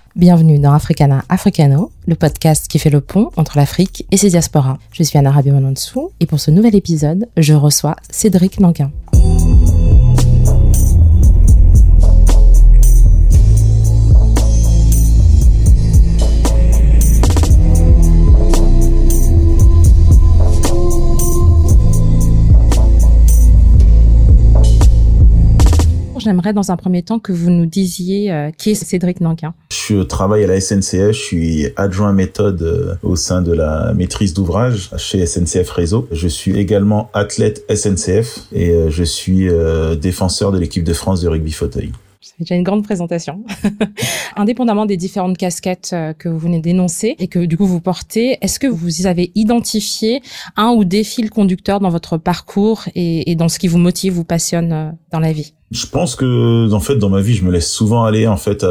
Bienvenue dans Africana Africano, le podcast qui fait le pont entre l'Afrique et ses diasporas. Je suis Anna Rabiou-Manansou et pour ce nouvel épisode, je reçois Cédric Nankin. J'aimerais dans un premier temps que vous nous disiez qui est Cédric Nankin. Je travaille à la SNCF, je suis adjoint méthode au sein de la maîtrise d'ouvrage chez SNCF Réseau. Je suis également athlète SNCF et je suis défenseur de l'équipe de France de rugby fauteuil. C'est déjà une grande présentation. Indépendamment des différentes casquettes que vous venez d'énoncer et que du coup vous portez, est-ce que vous avez identifié un ou des fils conducteurs dans votre parcours et dans ce qui vous motive, vous passionne dans la vie? Je pense que en fait dans ma vie je me laisse souvent aller en fait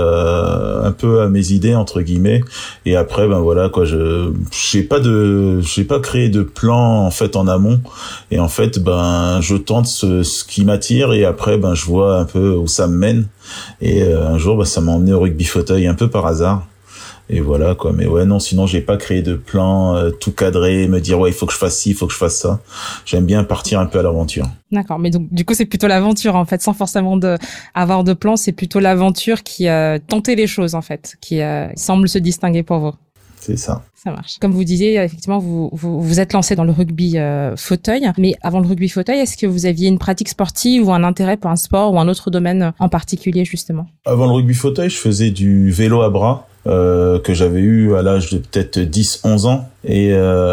un peu à mes idées entre guillemets et après ben voilà quoi, j'ai pas créé de plan en fait en amont et en fait ben je tente ce qui m'attire et après ben je vois un peu où ça me mène et un jour ben ça m'a emmené au rugby fauteuil un peu par hasard. Et voilà quoi, mais ouais non, sinon j'ai pas créé de plan tout cadré, me dire ouais il faut que je fasse ci, il faut que je fasse ça. J'aime bien partir un peu à l'aventure. D'accord, mais donc du coup c'est plutôt l'aventure en fait, sans forcément avoir de plan, c'est plutôt l'aventure qui tenter les choses en fait, qui semble se distinguer pour vous. C'est ça. Ça marche. Comme vous disiez, effectivement, vous êtes lancé dans le rugby fauteuil. Mais avant le rugby fauteuil, est-ce que vous aviez une pratique sportive ou un intérêt pour un sport ou un autre domaine en particulier, justement? Avant le rugby fauteuil, je faisais du vélo à bras. Que j'avais eu à l'âge de peut-être 10-11 ans et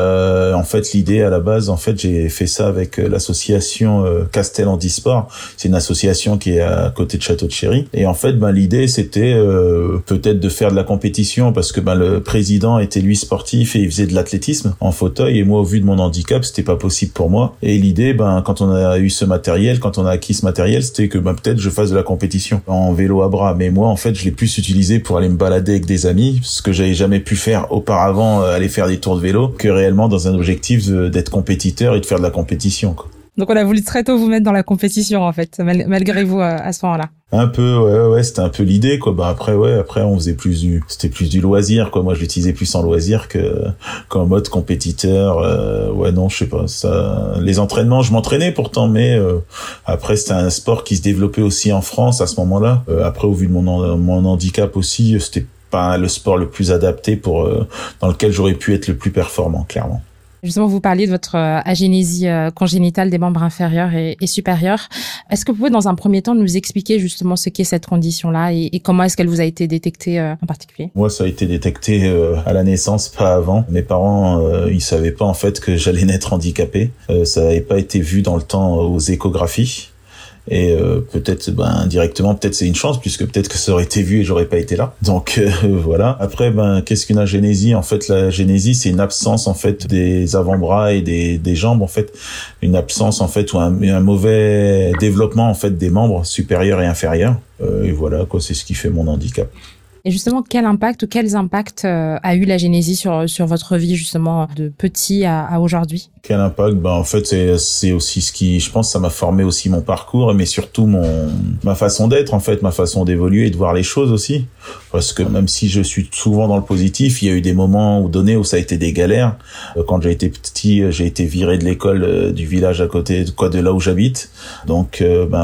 en fait l'idée à la base en fait j'ai fait ça avec l'association Castel Handisport. C'est une association qui est à côté de Château-de-Chéry et en fait ben l'idée c'était peut-être de faire de la compétition parce que ben le président était lui sportif et il faisait de l'athlétisme en fauteuil et moi au vu de mon handicap c'était pas possible pour moi et l'idée ben quand on a eu ce matériel, quand on a acquis ce matériel, c'était que ben peut-être je fasse de la compétition en vélo à bras, mais moi en fait je l'ai plus utilisé pour aller me balader avec des amis, ce que j'avais jamais pu faire auparavant, aller faire des tours de vélo, que réellement dans un objectif d'être compétiteur et de faire de la compétition, quoi. Donc on a voulu très tôt vous mettre dans la compétition en fait, malgré vous à ce moment-là. Un peu, ouais, c'était un peu l'idée, quoi. Bah après on faisait c'était plus du loisir, quoi. Moi, je l'utilisais plus en loisir qu'en mode compétiteur. Ouais, non, je sais pas. Ça, les entraînements, je m'entraînais pourtant, mais après c'était un sport qui se développait aussi en France à ce moment-là. Après, au vu de mon handicap aussi, c'était pas le sport le plus adapté dans lequel j'aurais pu être le plus performant, clairement. Justement, vous parliez de votre agénésie congénitale des membres inférieurs et supérieurs. Est-ce que vous pouvez, dans un premier temps, nous expliquer justement ce qu'est cette condition-là et comment est-ce qu'elle vous a été détectée en particulier? Moi, ça a été détecté à la naissance, pas avant. Mes parents, ils savaient pas en fait que j'allais naître handicapé. Ça n'avait pas été vu dans le temps aux échographies. Et peut-être directement peut-être c'est une chance puisque peut-être que ça aurait été vu et j'aurais pas été là. Donc voilà. Après qu'est-ce qu'une agénésie? En fait l'agénésie c'est une absence en fait des avant-bras et des jambes en fait, une absence en fait ou un mauvais développement en fait des membres supérieurs et inférieurs. Et voilà quoi, c'est ce qui fait mon handicap. Et justement, quels impacts a eu l'agénésie sur votre vie, justement, de petit à aujourd'hui? Quel impact? En fait, c'est aussi ce qui, je pense, ça m'a formé aussi mon parcours, mais surtout ma façon d'être, en fait, ma façon d'évoluer et de voir les choses aussi. Parce que même si je suis souvent dans le positif, il y a eu des moments où ça a été des galères. Quand j'ai été petit, j'ai été viré de l'école du village à côté, de là où j'habite. Donc,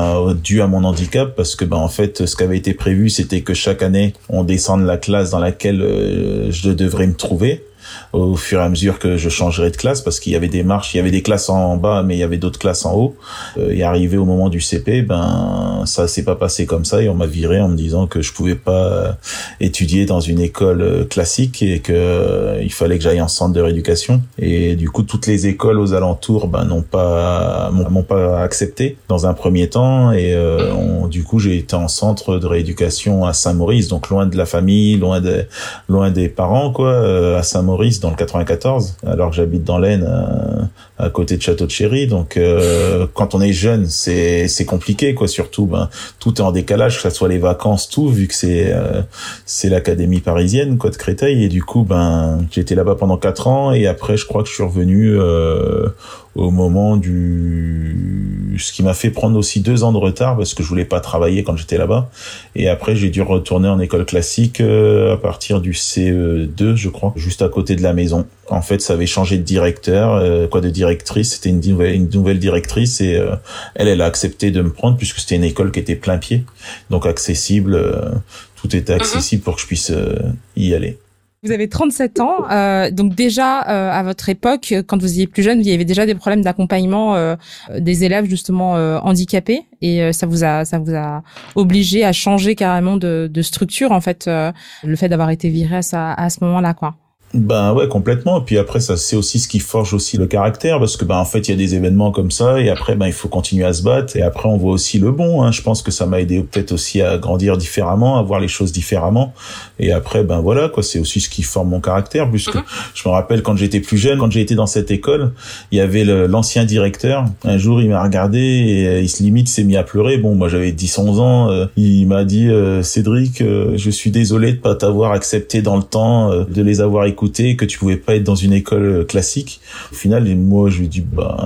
dû à mon handicap, parce que, en fait, ce qui avait été prévu, c'était que chaque année, on descende la classe dans laquelle je devrais me trouver au fur et à mesure que je changerais de classe parce qu'il y avait des marches, il y avait des classes en bas mais il y avait d'autres classes en haut et arrivé au moment du CP ça s'est pas passé comme ça et on m'a viré en me disant que je pouvais pas étudier dans une école classique et que il fallait que j'aille en centre de rééducation et du coup toutes les écoles aux alentours m'ont pas accepté dans un premier temps et du coup j'ai été en centre de rééducation à Saint-Maurice, donc loin de la famille, loin des parents quoi, à Saint-Maurice dans le 94 alors que j'habite dans l'Aisne à côté de Château-de-Chéry. Donc quand on est jeune c'est compliqué quoi, surtout tout est en décalage, que ça soit les vacances, tout, vu que c'est l'académie parisienne quoi de Créteil et du coup j'étais là-bas pendant 4 ans et après je crois que je suis revenu au moment ce qui m'a fait prendre aussi 2 ans de retard parce que je voulais pas travailler quand j'étais là-bas. Et après, j'ai dû retourner en école classique à partir du CE2, je crois, juste à côté de la maison. En fait, ça avait changé de directeur, de directrice. C'était une nouvelle directrice et elle a accepté de me prendre puisque c'était une école qui était plein pied, donc accessible. Tout était accessible pour que je puisse y aller. Vous avez 37 ans, donc déjà à votre époque, quand vous étiez plus jeune, il y avait déjà des problèmes d'accompagnement des élèves justement handicapés, et ça vous a obligé à changer carrément de structure en fait, le fait d'avoir été viré à ce moment-là, quoi. Ben ouais, complètement. Et puis après, ça, c'est aussi ce qui forge aussi le caractère, parce que en fait, il y a des événements comme ça, et après, il faut continuer à se battre. Et après, on voit aussi le bon. Je pense que ça m'a aidé peut-être aussi à grandir différemment, à voir les choses différemment. Et après, voilà, quoi, c'est aussi ce qui forme mon caractère, puisque je me rappelle quand j'étais plus jeune, quand j'ai été dans cette école, il y avait l'ancien directeur. Un jour, il m'a regardé et il s'est mis à pleurer. Bon, moi, j'avais 10-11 ans. Il m'a dit, Cédric, je suis désolé de pas t'avoir accepté dans le temps, de les avoir écoutés, que tu pouvais pas être dans une école classique. Au final, moi, je lui ai dit,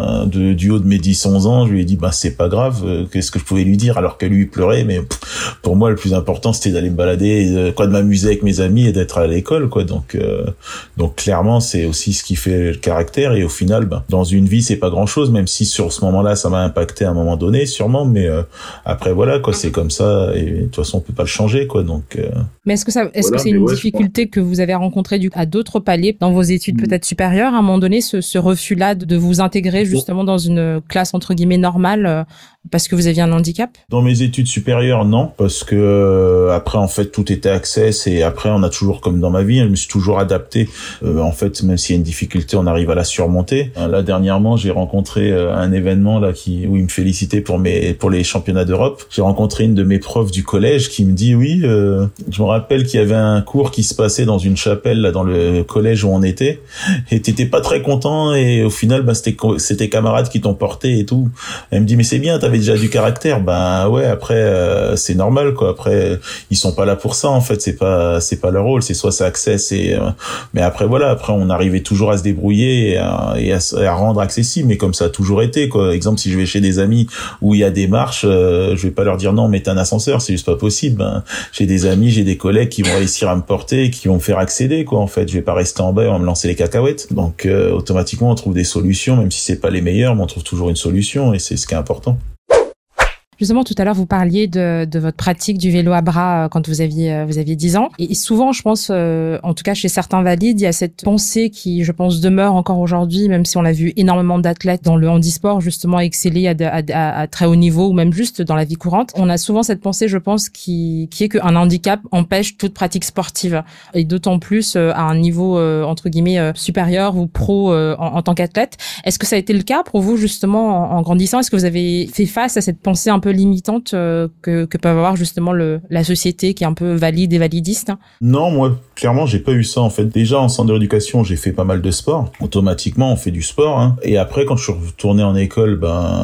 du haut de mes 10-11 ans, je lui ai dit, c'est pas grave, qu'est-ce que je pouvais lui dire, alors que lui, il pleurait, mais pour moi, le plus important, c'était d'aller me balader, de m'amuser avec mes amis et d'être à l'école, quoi. Donc clairement, c'est aussi ce qui fait le caractère, et au final, dans une vie, c'est pas grand chose, même si sur ce moment-là, ça m'a impacté à un moment donné, sûrement, mais après, voilà, quoi, c'est comme ça, et de toute façon, on peut pas le changer, quoi, donc. Mais est-ce que c'est une difficulté que vous avez rencontrée à d'autres paliers dans vos études peut-être supérieures, à un moment donné, ce refus-là de vous intégrer justement dans une classe entre guillemets normale, parce que vous aviez un handicap? Dans mes études supérieures, non, parce que après, en fait, tout était access, et après, on a toujours, comme dans ma vie, je me suis toujours adapté. En fait, même s'il y a une difficulté, on arrive à la surmonter. Là, dernièrement, j'ai rencontré un événement là où il me félicitait pour les championnats d'Europe. J'ai rencontré une de mes profs du collège qui me dit, oui, je me rappelle qu'il y avait un cours qui se passait dans une chapelle là dans le collège où on était, et t'étais pas très content, et au final, c'était tes camarades qui t'ont porté et tout. Elle me dit, mais c'est bien, t'avais déjà du caractère. Ouais, après c'est normal, quoi. Après, ils sont pas là pour ça, en fait, c'est pas leur rôle, c'est soit ça access, mais après voilà, après on arrivait toujours à se débrouiller et à rendre accessible, mais comme ça a toujours été, quoi. Exemple, si je vais chez des amis où il y a des marches, je vais pas leur dire non, mettez un ascenseur, c'est juste pas possible. J'ai des amis, j'ai des collègues qui vont réussir à me porter, qui vont me faire accéder, quoi. En fait, je vais pas rester en bas et on va me lancer les cacahuètes. Donc automatiquement, on trouve des solutions, même si c'est pas les meilleures, mais on trouve toujours une solution, et c'est ce qui est important. Justement, tout à l'heure, vous parliez de votre pratique du vélo à bras quand vous aviez 10 ans. Et souvent, je pense, en tout cas chez certains valides, il y a cette pensée qui, je pense, demeure encore aujourd'hui, même si on a vu énormément d'athlètes dans le handisport, justement, exceller à très haut niveau, ou même juste dans la vie courante. On a souvent cette pensée, je pense, qui est qu'un handicap empêche toute pratique sportive. Et d'autant plus à un niveau, entre guillemets, supérieur ou pro en tant qu'athlète. Est-ce que ça a été le cas pour vous, justement, en grandissant? Est-ce que vous avez fait face à cette pensée un peu limitante que peut avoir justement la société qui est un peu valide et validiste? Non, moi clairement j'ai pas eu ça, en fait. Déjà en centre d'éducation, j'ai fait pas mal de sport. Automatiquement on fait du sport, Et après quand je suis retourné en école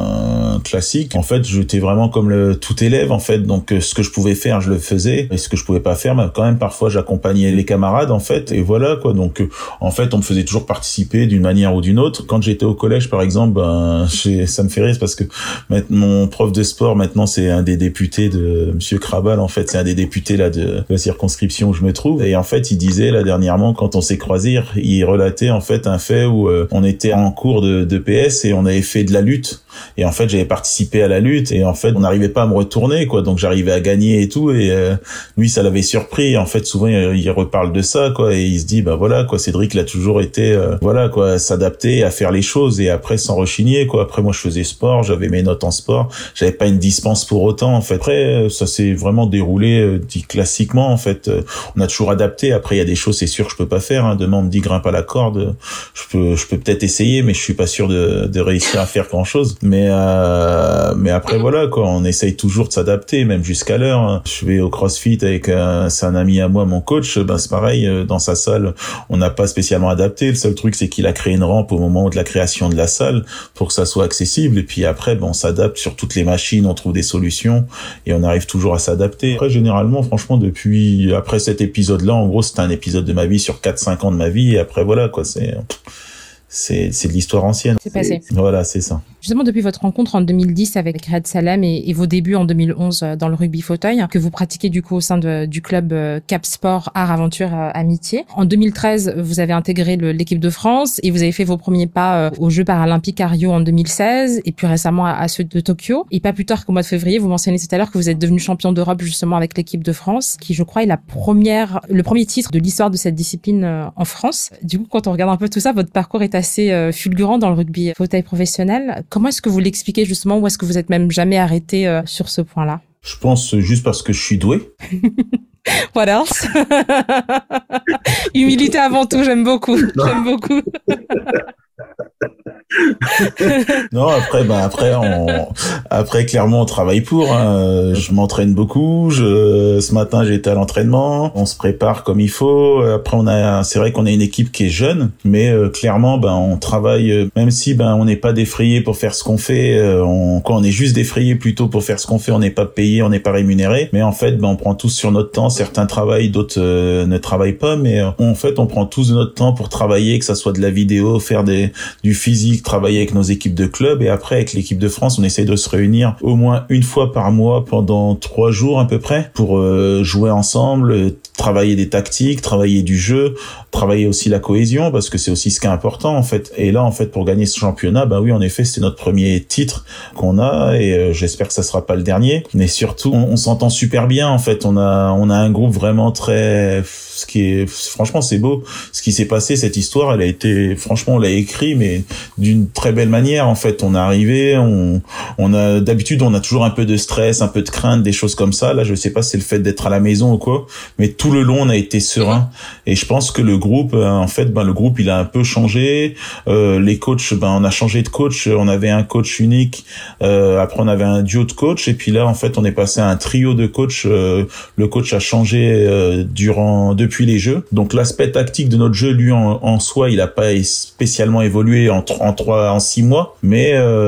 classique, en fait j'étais vraiment comme tout élève, en fait. Donc ce que je pouvais faire, je le faisais, et ce que je pouvais pas faire, quand même parfois j'accompagnais les camarades, en fait, et voilà, quoi. Donc en fait on me faisait toujours participer d'une manière ou d'une autre. Quand j'étais au collège par exemple, ça me fait rire parce que mon prof de sport maintenant c'est un des députés de Monsieur Krabal, en fait, c'est un des députés là de la circonscription où je me trouve, et en fait il disait là dernièrement, quand on s'est croisés, il relatait en fait un fait où on était en cours de PS et on avait fait de la lutte, et en fait j'avais participé à la lutte, et en fait on n'arrivait pas à me retourner, quoi, donc j'arrivais à gagner et tout, et lui ça l'avait surpris. En fait souvent il reparle de ça, quoi, et il se dit voilà, quoi, Cédric il a toujours été voilà, quoi, s'adapter à faire les choses, et après sans rechigner, quoi. Après moi je faisais sport, j'avais mes notes en sport, j'avais pas une dispense pour autant, en fait. Après ça s'est vraiment déroulé dit classiquement, en fait. On a toujours adapté. Après il y a des choses, c'est sûr, que je peux pas faire, Demain on me dit grimpe à la corde, je peux peut-être essayer, mais je suis pas sûr de réussir à faire grand chose. Mais après voilà, quoi, on essaye toujours de s'adapter, même jusqu'à l'heure. Je vais au CrossFit avec c'est un ami à moi, mon coach. C'est pareil, dans sa salle on n'a pas spécialement adapté. Le seul truc c'est qu'il a créé une rampe au moment de la création de la salle pour que ça soit accessible, et puis après on s'adapte sur toutes les machines, on trouve des solutions et on arrive toujours à s'adapter. Après généralement, franchement, après cet épisode là, en gros c'était un épisode de ma vie sur 4-5 ans de ma vie, et après voilà, quoi, c'est de l'histoire ancienne. C'est passé. Voilà, c'est ça. Justement, depuis votre rencontre en 2010 avec Red Salem et vos débuts en 2011 dans le rugby fauteuil, que vous pratiquez du coup au sein du club Cap Sport Art Aventure Amitié. En 2013, vous avez intégré l'équipe de France et vous avez fait vos premiers pas aux Jeux paralympiques à Rio en 2016 et plus récemment à ceux de Tokyo. Et pas plus tard qu'au mois de février, vous mentionnez tout à l'heure que vous êtes devenu champion d'Europe justement avec l'équipe de France, qui je crois est le premier titre de l'histoire de cette discipline en France. Du coup, quand on regarde un peu tout ça, votre parcours est assez fulgurant dans le rugby fauteuil professionnel. Comment est-ce que vous l'expliquez justement, ou est-ce que vous êtes même jamais arrêté sur ce point-là? Je pense juste parce que je suis doué. What else? Humilité avant tout, j'aime beaucoup. J'aime beaucoup. Non, après clairement on travaille pour. Hein. Je m'entraîne beaucoup. Ce matin j'étais à l'entraînement. On se prépare comme il faut. Après c'est vrai qu'on a une équipe qui est jeune, mais clairement on travaille. Même si on n'est pas défrayé pour faire ce qu'on fait. Quand on est juste défrayé plutôt pour faire ce qu'on fait, on n'est pas payé, on n'est pas rémunéré. Mais en fait on prend tous sur notre temps. Certains travaillent, d'autres ne travaillent pas. Mais en fait on prend tous de notre temps pour travailler, que ça soit de la vidéo, faire du physique, travailler avec nos équipes de club, et après avec l'équipe de France on essaye de se réunir au moins une fois par mois pendant 3 jours à peu près pour jouer ensemble, travailler des tactiques, travailler du jeu, travailler aussi la cohésion, parce que c'est aussi ce qui est important en fait. Et là en fait pour gagner ce championnat, oui en effet c'est notre premier titre qu'on a, et j'espère que ça sera pas le dernier, mais surtout on s'entend super bien en fait. On a un groupe vraiment très, franchement c'est beau ce qui s'est passé. Cette histoire elle a été, franchement on l'a écrit mais d'une très belle manière en fait. On est arrivé, on a d'habitude on a toujours un peu de stress, un peu de crainte, des choses comme ça. Là je sais pas si c'est le fait d'être à la maison ou quoi, mais tout le long on a été serein, et je pense que le groupe en fait le groupe il a un peu changé. Les coachs, on a changé de coach. On avait un coach unique, après on avait un duo de coach, et puis là en fait on est passé à un trio de coach. Le coach a changé depuis les jeux, donc l'aspect tactique de notre jeu lui en soi il a pas spécialement évolué en 6 mois, mais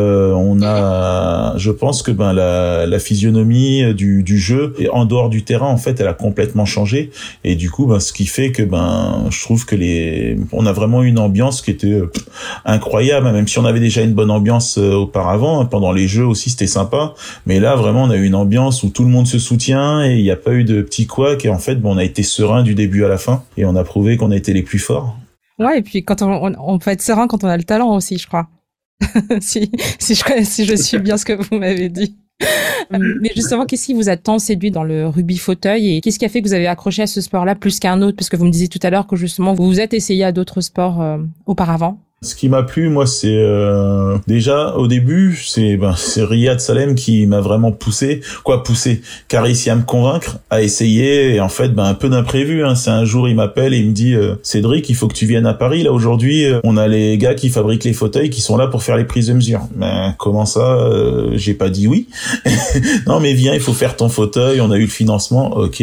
je pense que la physionomie du jeu et en dehors du terrain en fait elle a complètement changé, et du coup ce qui fait que je trouve que on a vraiment une ambiance qui était incroyable, même si on avait déjà une bonne ambiance auparavant pendant les jeux aussi, c'était sympa, mais là vraiment on a eu une ambiance où tout le monde se soutient et il n'y a pas eu de petits couacs, et en fait on a été serein du début à la fin et on a prouvé qu'on a été les plus forts. Ouais, et puis quand on peut être serein quand on a le talent aussi, je crois. si je suis bien ce que vous m'avez dit. Mais justement, qu'est-ce qui vous a tant séduit dans le rugby fauteuil, et qu'est-ce qui a fait que vous avez accroché à ce sport-là plus qu'à un autre? Parce que vous me disiez tout à l'heure que justement vous vous êtes essayé à d'autres sports auparavant. Ce qui m'a plu, moi, c'est déjà au début, c'est Riyad Salem qui m'a vraiment poussé, qui a réussi à me convaincre, à essayer. Et en fait, un peu d'imprévu. C'est un jour, il m'appelle et il me dit Cédric, il faut que tu viennes à Paris. Là aujourd'hui, on a les gars qui fabriquent les fauteuils qui sont là pour faire les prises de mesure. Comment ça j'ai pas dit oui. Non, mais viens, il faut faire ton fauteuil. On a eu le financement. Ok,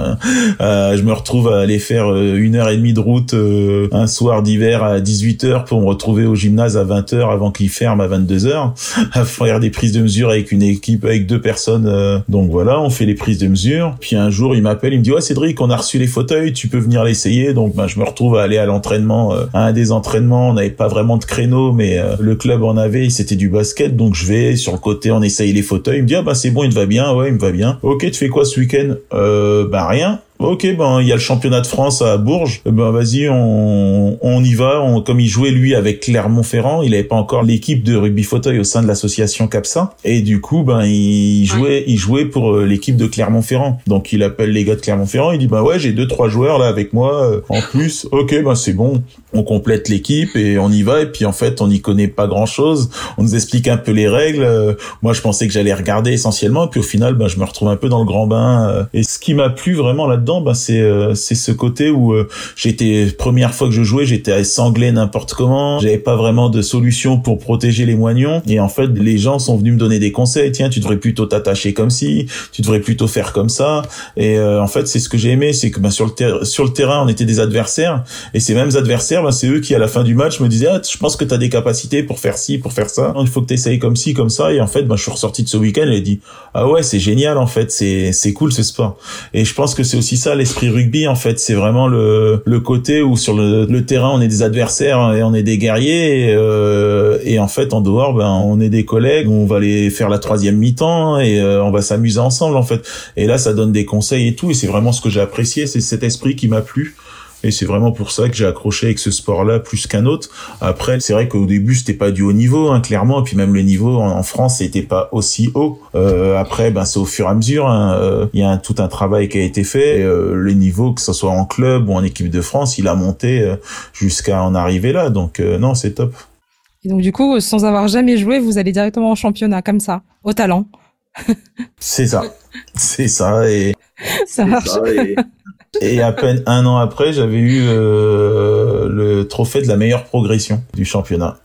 je me retrouve à aller faire 1h30 de route un soir d'hiver à 18h pour me retrouver au gymnase à 20h avant qu'il ferme à 22h, à faire des prises de mesure avec une équipe, avec 2 personnes. Donc voilà, on fait les prises de mesure. Puis un jour, il m'appelle, il me dit ouais Cédric, on a reçu les fauteuils, tu peux venir l'essayer. Donc je me retrouve à aller à l'entraînement, à un des entraînements. On n'avait pas vraiment de créneau, mais le club en avait, c'était du basket. Donc je vais sur le côté, on essaye les fauteuils. Il me dit c'est bon, il te va bien. Ouais, il me va bien. Ok, tu fais quoi ce week-end? Rien. Ok, il y a le championnat de France à Bourges. Vas-y, on y va. Comme il jouait lui avec Clermont-Ferrand, il avait pas encore l'équipe de rugby fauteuil au sein de l'association CAPSA. Et du coup, il jouait pour l'équipe de Clermont-Ferrand. Donc il appelle les gars de Clermont-Ferrand. Il dit ouais, j'ai 2-3 joueurs là avec moi. En plus, ok, c'est bon. On complète l'équipe et on y va. Et puis en fait, on n'y connaît pas grand-chose. On nous explique un peu les règles. Moi, je pensais que j'allais regarder essentiellement. Et puis au final, je me retrouve un peu dans le grand bain. Et ce qui m'a plu vraiment là-dedans, c'est ce côté où première fois que je jouais, j'étais sanglé n'importe comment, j'avais pas vraiment de solution pour protéger les moignons, et en fait les gens sont venus me donner des conseils. Tiens, tu devrais plutôt t'attacher comme ci, tu devrais plutôt faire comme ça. Et en fait c'est ce que j'ai aimé, c'est que sur le terrain on était des adversaires, et ces mêmes adversaires c'est eux qui à la fin du match me disaient je pense que t'as des capacités pour faire ci, pour faire ça, il faut que t'essayes comme ci, comme ça. Et en fait je suis ressorti de ce week-end et j'ai dit ouais c'est génial, en fait c'est cool ce sport. Et je pense que c'est aussi aussi ça l'esprit rugby en fait, c'est vraiment le côté où sur le terrain on est des adversaires et on est des guerriers et en fait en dehors on est des collègues, on va aller faire la troisième mi-temps et on va s'amuser ensemble en fait. Et là ça donne des conseils et tout, et c'est vraiment ce que j'ai apprécié, c'est cet esprit qui m'a plu. Et c'est vraiment pour ça que j'ai accroché avec ce sport-là plus qu'un autre. Après, c'est vrai qu'au début, c'était pas du haut niveau, hein, clairement. Et puis même le niveau en France, c'était pas aussi haut. Après, c'est au fur et à mesure. Il y a tout un travail qui a été fait. Et, le niveau, que ce soit en club ou en équipe de France, il a monté jusqu'à en arriver là. Donc non, c'est top. Et donc du coup, sans avoir jamais joué, vous allez directement en championnat comme ça, au talent. C'est ça. C'est ça. Et ça marche. Et à peine un an après, j'avais eu le trophée de la meilleure progression du championnat.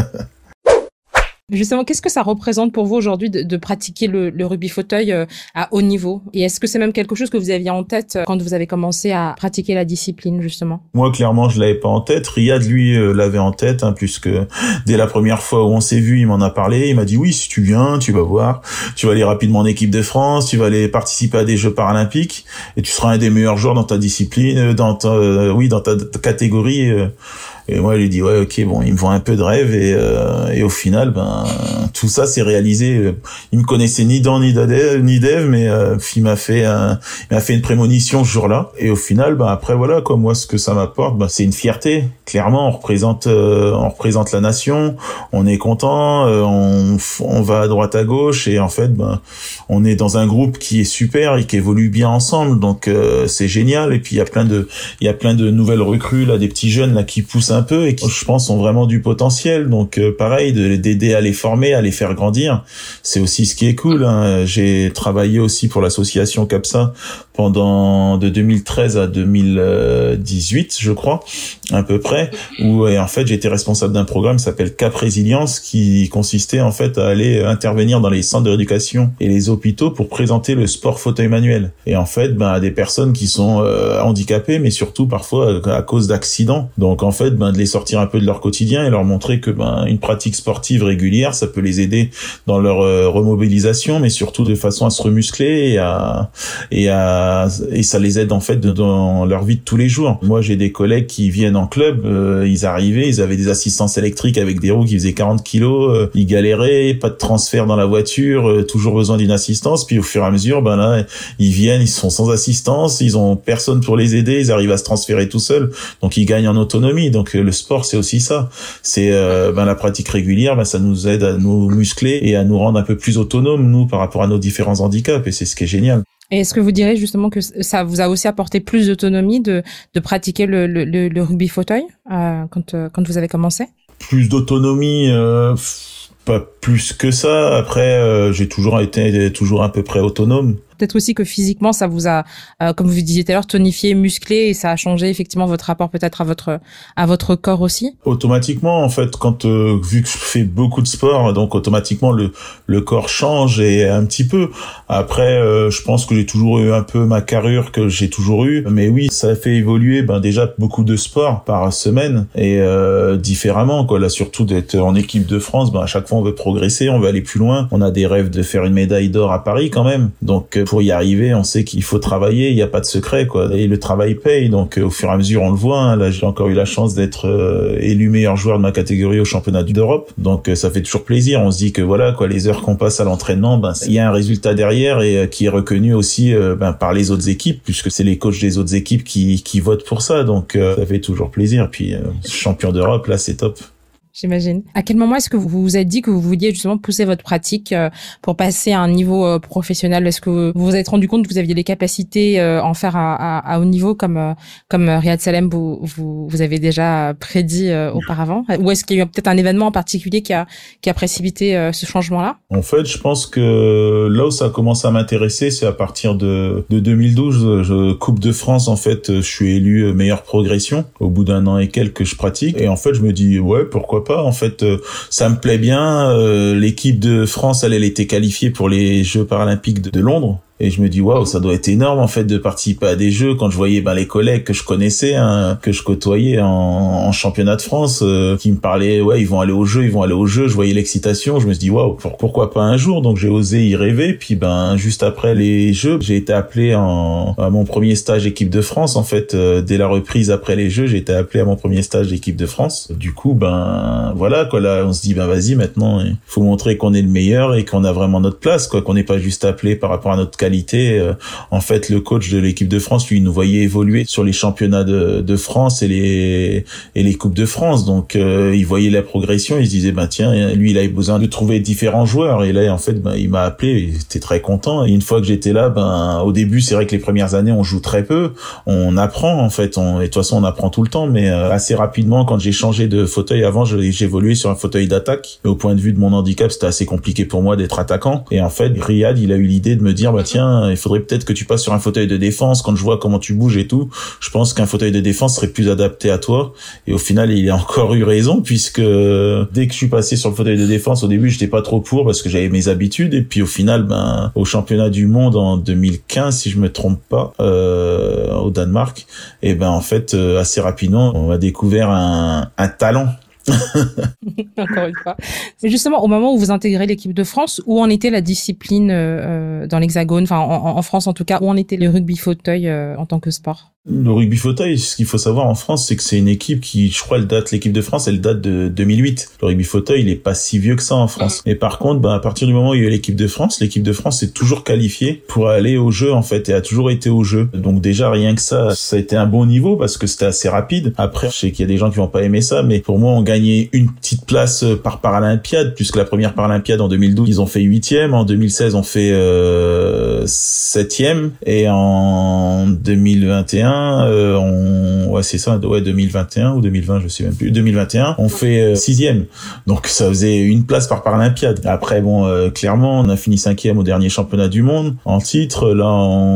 Justement, qu'est-ce que ça représente pour vous aujourd'hui de pratiquer le rugby fauteuil à haut niveau? Et est-ce que c'est même quelque chose que vous aviez en tête quand vous avez commencé à pratiquer la discipline, justement? Moi, clairement, je l'avais pas en tête. Riyad, lui, l'avait en tête, puisque dès la première fois où on s'est vu, il m'en a parlé. Il m'a dit, oui, si tu viens, tu vas voir. Tu vas aller rapidement en équipe de France, tu vas aller participer à des Jeux paralympiques et tu seras un des meilleurs joueurs dans ta discipline, dans ta catégorie. Et moi, je lui ai dit, ouais, ok, bon, il me vend un peu de rêve et au final, tout ça s'est réalisé. Il me connaissait ni Dan ni Dev, mais il m'a fait une prémonition ce jour-là. Et au final, après, voilà, quoi, moi, ce que ça m'apporte, c'est une fierté. Clairement, on représente la nation. On est content, on va à droite à gauche et en fait, on est dans un groupe qui est super et qui évolue bien ensemble. Donc, c'est génial. Et puis, il y a plein de nouvelles recrues, là, des petits jeunes, là, qui poussent un peu et qui, je pense, ont vraiment du potentiel. Donc pareil, d'aider à les former, à les faire grandir, c'est aussi ce qui est cool, hein. J'ai travaillé aussi pour l'association CAPSA de 2013 à 2018, je crois, à peu près, où en fait j'étais responsable d'un programme qui s'appelle Cap Résilience, qui consistait en fait à aller intervenir dans les centres de rééducation et les hôpitaux pour présenter le sport fauteuil manuel. Et en fait, à des personnes qui sont handicapées, mais surtout parfois à cause d'accidents. Donc en fait, de les sortir un peu de leur quotidien et leur montrer que une pratique sportive régulière, ça peut les aider dans leur remobilisation, mais surtout de façon à se remuscler et ça les aide en fait dans leur vie de tous les jours. Moi, j'ai des collègues qui viennent en club, ils arrivaient, ils avaient des assistances électriques avec des roues qui faisaient 40 kilos, ils galéraient, pas de transfert dans la voiture, toujours besoin d'une assistance. Puis au fur et à mesure, là, ils viennent, ils sont sans assistance, ils ont personne pour les aider, ils arrivent à se transférer tout seuls, donc ils gagnent en autonomie. Donc le sport, c'est aussi ça. C'est la pratique régulière, ça nous aide à nous muscler et à nous rendre un peu plus autonomes, nous, par rapport à nos différents handicaps. Et c'est ce qui est génial. Et est-ce que vous direz justement que ça vous a aussi apporté plus d'autonomie de pratiquer le rugby fauteuil quand vous avez commencé? Plus d'autonomie, pas plus que ça. Après, j'ai toujours été à peu près autonome. Peut-être aussi que physiquement, ça vous a, comme vous disiez tout à l'heure, tonifié, musclé, et ça a changé effectivement votre rapport peut-être à votre corps aussi. Automatiquement, en fait, vu que je fais beaucoup de sport, donc automatiquement le corps change et un petit peu. Après, je pense que j'ai toujours eu un peu ma carrure que j'ai toujours eu, mais oui, ça fait évoluer déjà beaucoup de sports par semaine et différemment, quoi. Là, surtout d'être en équipe de France, à chaque fois on veut progresser, on veut aller plus loin. On a des rêves de faire une médaille d'or à Paris quand même, donc pour y arriver, on sait qu'il faut travailler, il n'y a pas de secret, quoi. Et le travail paye, donc au fur et à mesure, on le voit, hein. Là, j'ai encore eu la chance d'être élu meilleur joueur de ma catégorie au championnat d'Europe, donc ça fait toujours plaisir. On se dit que voilà, quoi, les heures qu'on passe à l'entraînement, il y a un résultat derrière et qui est reconnu aussi par les autres équipes, puisque c'est les coachs des autres équipes qui votent pour ça, donc ça fait toujours plaisir. Puis champion d'Europe, là, c'est top. J'imagine. À quel moment est-ce que vous vous êtes dit que vous vouliez justement pousser votre pratique pour passer à un niveau professionnel? Est-ce que vous vous êtes rendu compte que vous aviez les capacités en faire à haut niveau comme Riyad Salem vous avez déjà prédit auparavant? Ou est-ce qu'il y a eu peut-être un événement en particulier qui a précipité ce changement-là? En fait, je pense que là où ça a commencé à m'intéresser, c'est à partir de 2012. Coupe de France, en fait, je suis élu meilleure progression au bout d'un an et quelques que je pratique. Et en fait, je me dis, ouais, pourquoi pas, en fait, ça me plaît bien. L'équipe de France, elle était qualifiée pour les Jeux paralympiques de Londres. Et je me dis waouh, ça doit être énorme en fait de participer à des jeux. Quand je voyais les collègues que je connaissais, que je côtoyais en championnat de France, qui me parlaient ils vont aller au jeu, je voyais l'excitation, je me suis dit waouh, pourquoi pas un jour. Donc j'ai osé y rêver. Puis juste après les jeux, j'ai été appelé à mon premier stage équipe de France. En fait, dès la reprise après les jeux, j'ai été appelé à mon premier stage d'équipe de France. Du coup voilà quoi, là on se dit vas-y, maintenant il faut montrer qu'on est le meilleur et qu'on a vraiment notre place, quoi, qu'on n'est pas juste appelé par rapport à notre qualité. En fait, le coach de l'équipe de France, lui, il nous voyait évoluer sur les championnats de France et les coupes de France. Donc il voyait la progression, il se disait tiens, lui il avait besoin de trouver différents joueurs, et là en fait il m'a appelé, il était très content. Et une fois que j'étais là, au début c'est vrai que les premières années on joue très peu, on apprend en fait, et de toute façon on apprend tout le temps, mais assez rapidement, quand j'ai changé de fauteuil, avant j'évoluais sur un fauteuil d'attaque, et au point de vue de mon handicap c'était assez compliqué pour moi d'être attaquant. Et en fait Riyad, il a eu l'idée de me dire tiens, il faudrait peut-être que tu passes sur un fauteuil de défense. Quand je vois comment tu bouges et tout, je pense qu'un fauteuil de défense serait plus adapté à toi. Et au final il a encore eu raison, puisque dès que je suis passé sur le fauteuil de défense, au début j'étais pas trop pour parce que j'avais mes habitudes, et puis au final au championnat du monde en 2015 si je me trompe pas, au Danemark, et en fait assez rapidement on a découvert un talent. Encore une fois. Et justement, au moment où vous intégrez l'équipe de France, où en était la discipline dans l'Hexagone, enfin en France en tout cas, où en était le rugby fauteuil en tant que sport? Le rugby fauteuil, ce qu'il faut savoir en France, c'est que c'est une équipe qui, je crois, l'équipe de France, elle date de 2008. Le rugby fauteuil, il est pas si vieux que ça en France. Mais par contre, à partir du moment où il y a eu l'équipe de France s'est toujours qualifiée pour aller au jeu, en fait, et a toujours été au jeu. Donc déjà, rien que ça a été un bon niveau parce que c'était assez rapide. Après, je sais qu'il y a des gens qui vont pas aimer ça, mais pour moi, on gagnait une petite place par Paralympiade, puisque la première Paralympiade en 2012, ils ont fait 8e, en 2016, on fait 7e, et en 2021, 2021 ou 2020, je sais même plus, 2021, on fait 6e. Donc ça faisait une place par Paralympiade. Après clairement, on a fini 5e au dernier championnat du monde en titre. Là,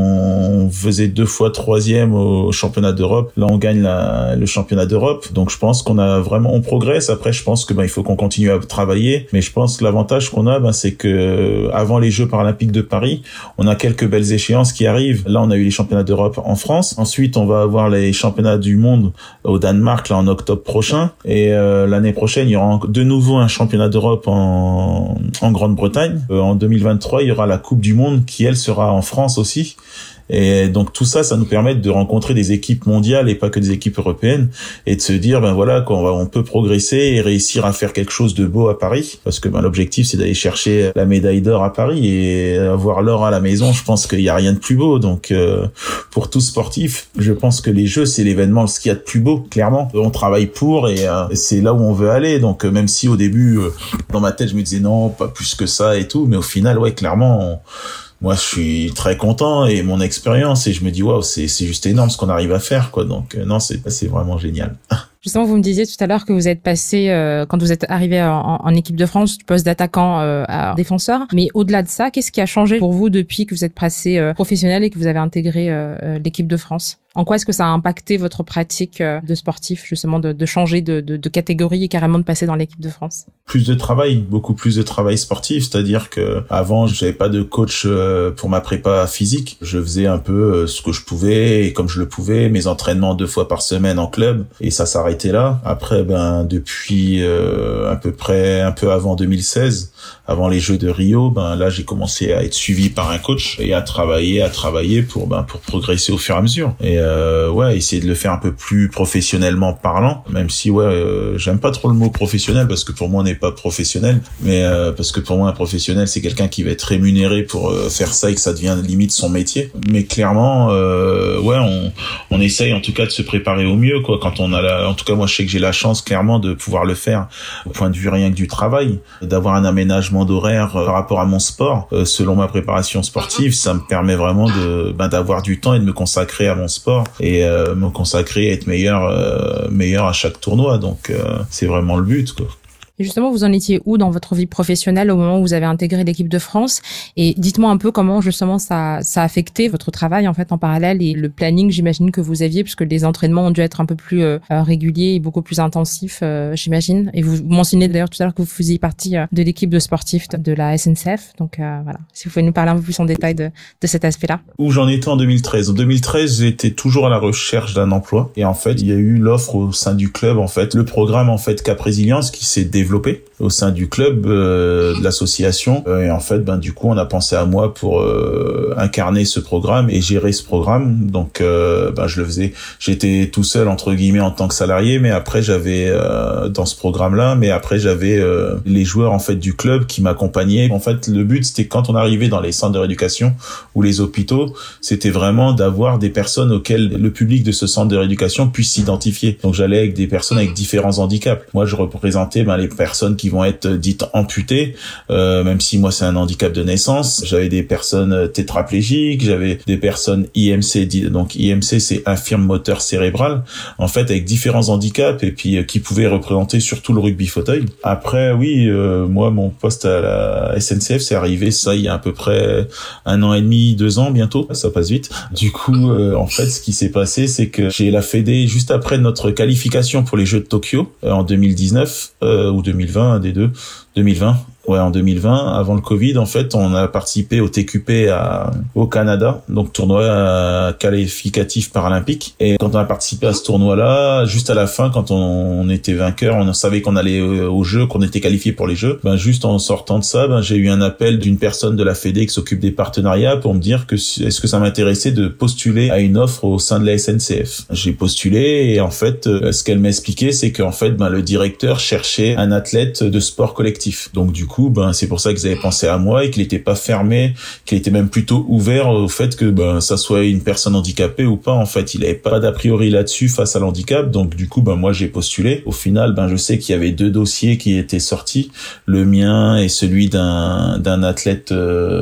on faisait 2 fois 3e au championnat d'Europe. Là, on gagne le championnat d'Europe. Donc je pense on progresse. Après, je pense que il faut qu'on continue à travailler. Mais je pense que l'avantage qu'on a, c'est que avant les Jeux paralympiques de Paris, on a quelques belles échéances qui arrivent. Là, on a eu les championnats d'Europe en France. Ensuite, on va avoir les championnats du monde au Danemark là en octobre prochain, et l'année prochaine il y aura de nouveau un championnat d'Europe en Grande-Bretagne. En 2023 il y aura la Coupe du Monde qui elle sera en France aussi. Et donc tout ça nous permet de rencontrer des équipes mondiales et pas que des équipes européennes, et de se dire on peut progresser et réussir à faire quelque chose de beau à Paris, parce que l'objectif c'est d'aller chercher la médaille d'or à Paris, et avoir l'or à la maison, je pense qu'il y a rien de plus beau. Donc pour tout sportif, je pense que les Jeux c'est l'événement, ce qu'il y a de plus beau, clairement. On travaille pour, et c'est là où on veut aller. Donc même si au début dans ma tête je me disais non, pas plus que ça et tout, mais au final clairement moi je suis très content, et mon expérience, et je me dis waouh, c'est juste énorme ce qu'on arrive à faire, quoi. Donc non, c'est vraiment génial. Justement, vous me disiez tout à l'heure que vous êtes passé, quand vous êtes arrivé en équipe de France, du poste d'attaquant à défenseur. Mais au-delà de ça, qu'est-ce qui a changé pour vous depuis que vous êtes passé professionnel et que vous avez intégré l'équipe de France? En quoi est-ce que ça a impacté votre pratique de sportif, justement, de changer de catégorie et carrément de passer dans l'équipe de France? Plus de travail, beaucoup plus de travail sportif, c'est-à-dire que avant, j'avais pas de coach pour ma prépa physique. Je faisais un peu ce que je pouvais et comme je le pouvais, mes entraînements 2 fois par semaine en club, et ça s'arrêtait là. Après, depuis à peu près un peu avant 2016, avant les Jeux de Rio, là j'ai commencé à être suivi par un coach et à travailler pour progresser au fur et à mesure. Et essayer de le faire un peu plus professionnellement parlant, même si j'aime pas trop le mot professionnel, parce que pour moi on n'est pas professionnel, mais parce que pour moi un professionnel c'est quelqu'un qui va être rémunéré pour faire ça et que ça devient limite son métier. Mais clairement on essaye en tout cas de se préparer au mieux, quoi. Quand on a en tout cas moi je sais que j'ai la chance clairement de pouvoir le faire au point de vue rien que du travail, d'avoir un aménagement d'horaire par rapport à mon sport selon ma préparation sportive. Ça me permet vraiment d'avoir du temps et de me consacrer à mon sport, et me consacrer à être meilleur à chaque tournoi. Donc c'est vraiment le but, quoi. Et justement, vous en étiez où dans votre vie professionnelle au moment où vous avez intégré l'équipe de France? Et dites-moi un peu comment justement ça a affecté votre travail en fait en parallèle et le planning, j'imagine que vous aviez, puisque les entraînements ont dû être un peu plus réguliers et beaucoup plus intensifs, j'imagine. Et vous mentionnez d'ailleurs tout à l'heure que vous faisiez partie de l'équipe de sportifs de la SNCF. Donc voilà, si vous pouvez nous parler un peu plus en détail de cet aspect-là. Où j'en étais en 2013. En 2013, j'étais toujours à la recherche d'un emploi. Et en fait, il y a eu l'offre au sein du club, en fait, le programme en fait Cap Résilience qui s'est développé au sein du club de l'association. Et en fait, du coup, on a pensé à moi pour incarner ce programme et gérer ce programme. Donc, je le faisais. J'étais tout seul entre guillemets en tant que salarié, mais après j'avais dans ce programme-là, mais après j'avais les joueurs en fait du club qui m'accompagnaient. En fait, le but c'était quand on arrivait dans les centres de rééducation ou les hôpitaux, c'était vraiment d'avoir des personnes auxquelles le public de ce centre de rééducation puisse s'identifier. Donc j'allais avec des personnes avec différents handicaps. Moi, je représentais les personnes qui vont être dites amputées, même si moi c'est un handicap de naissance. J'avais des personnes tétraplégiques, j'avais des personnes IMC. Donc IMC, c'est infirme moteur cérébral, en fait avec différents handicaps et puis qui pouvaient représenter surtout le rugby fauteuil. Après, oui, moi mon poste à la SNCF, c'est arrivé ça il y a à peu près 1 an et demi, 2 ans bientôt. Ça passe vite. Du coup, en fait, ce qui s'est passé, c'est que j'ai la Fédé juste après notre qualification pour les Jeux de Tokyo en 2019 ou 2020, un des deux. 2020. Ouais, en 2020, avant le Covid, en fait, on a participé au TQP au Canada, donc tournoi qualificatif paralympique. Et quand on a participé à ce tournoi-là, juste à la fin, quand on était vainqueur, on savait qu'on allait aux Jeux, qu'on était qualifié pour les Jeux. Juste en sortant de ça, j'ai eu un appel d'une personne de la Fédé qui s'occupe des partenariats pour me dire que est-ce que ça m'intéressait de postuler à une offre au sein de la SNCF. J'ai postulé et en fait, ce qu'elle m'expliquait, c'est qu'en fait, le directeur cherchait un athlète de sport collectif. Donc du coup, c'est pour ça qu'ils avaient pensé à moi et qu'il n'était pas fermé, qu'il était même plutôt ouvert au fait que ça soit une personne handicapée ou pas. En fait, il avait pas d'a priori là-dessus face à l'handicap. Donc du coup, moi j'ai postulé. Au final, je sais qu'il y avait 2 dossiers qui étaient sortis, le mien et celui d'un athlète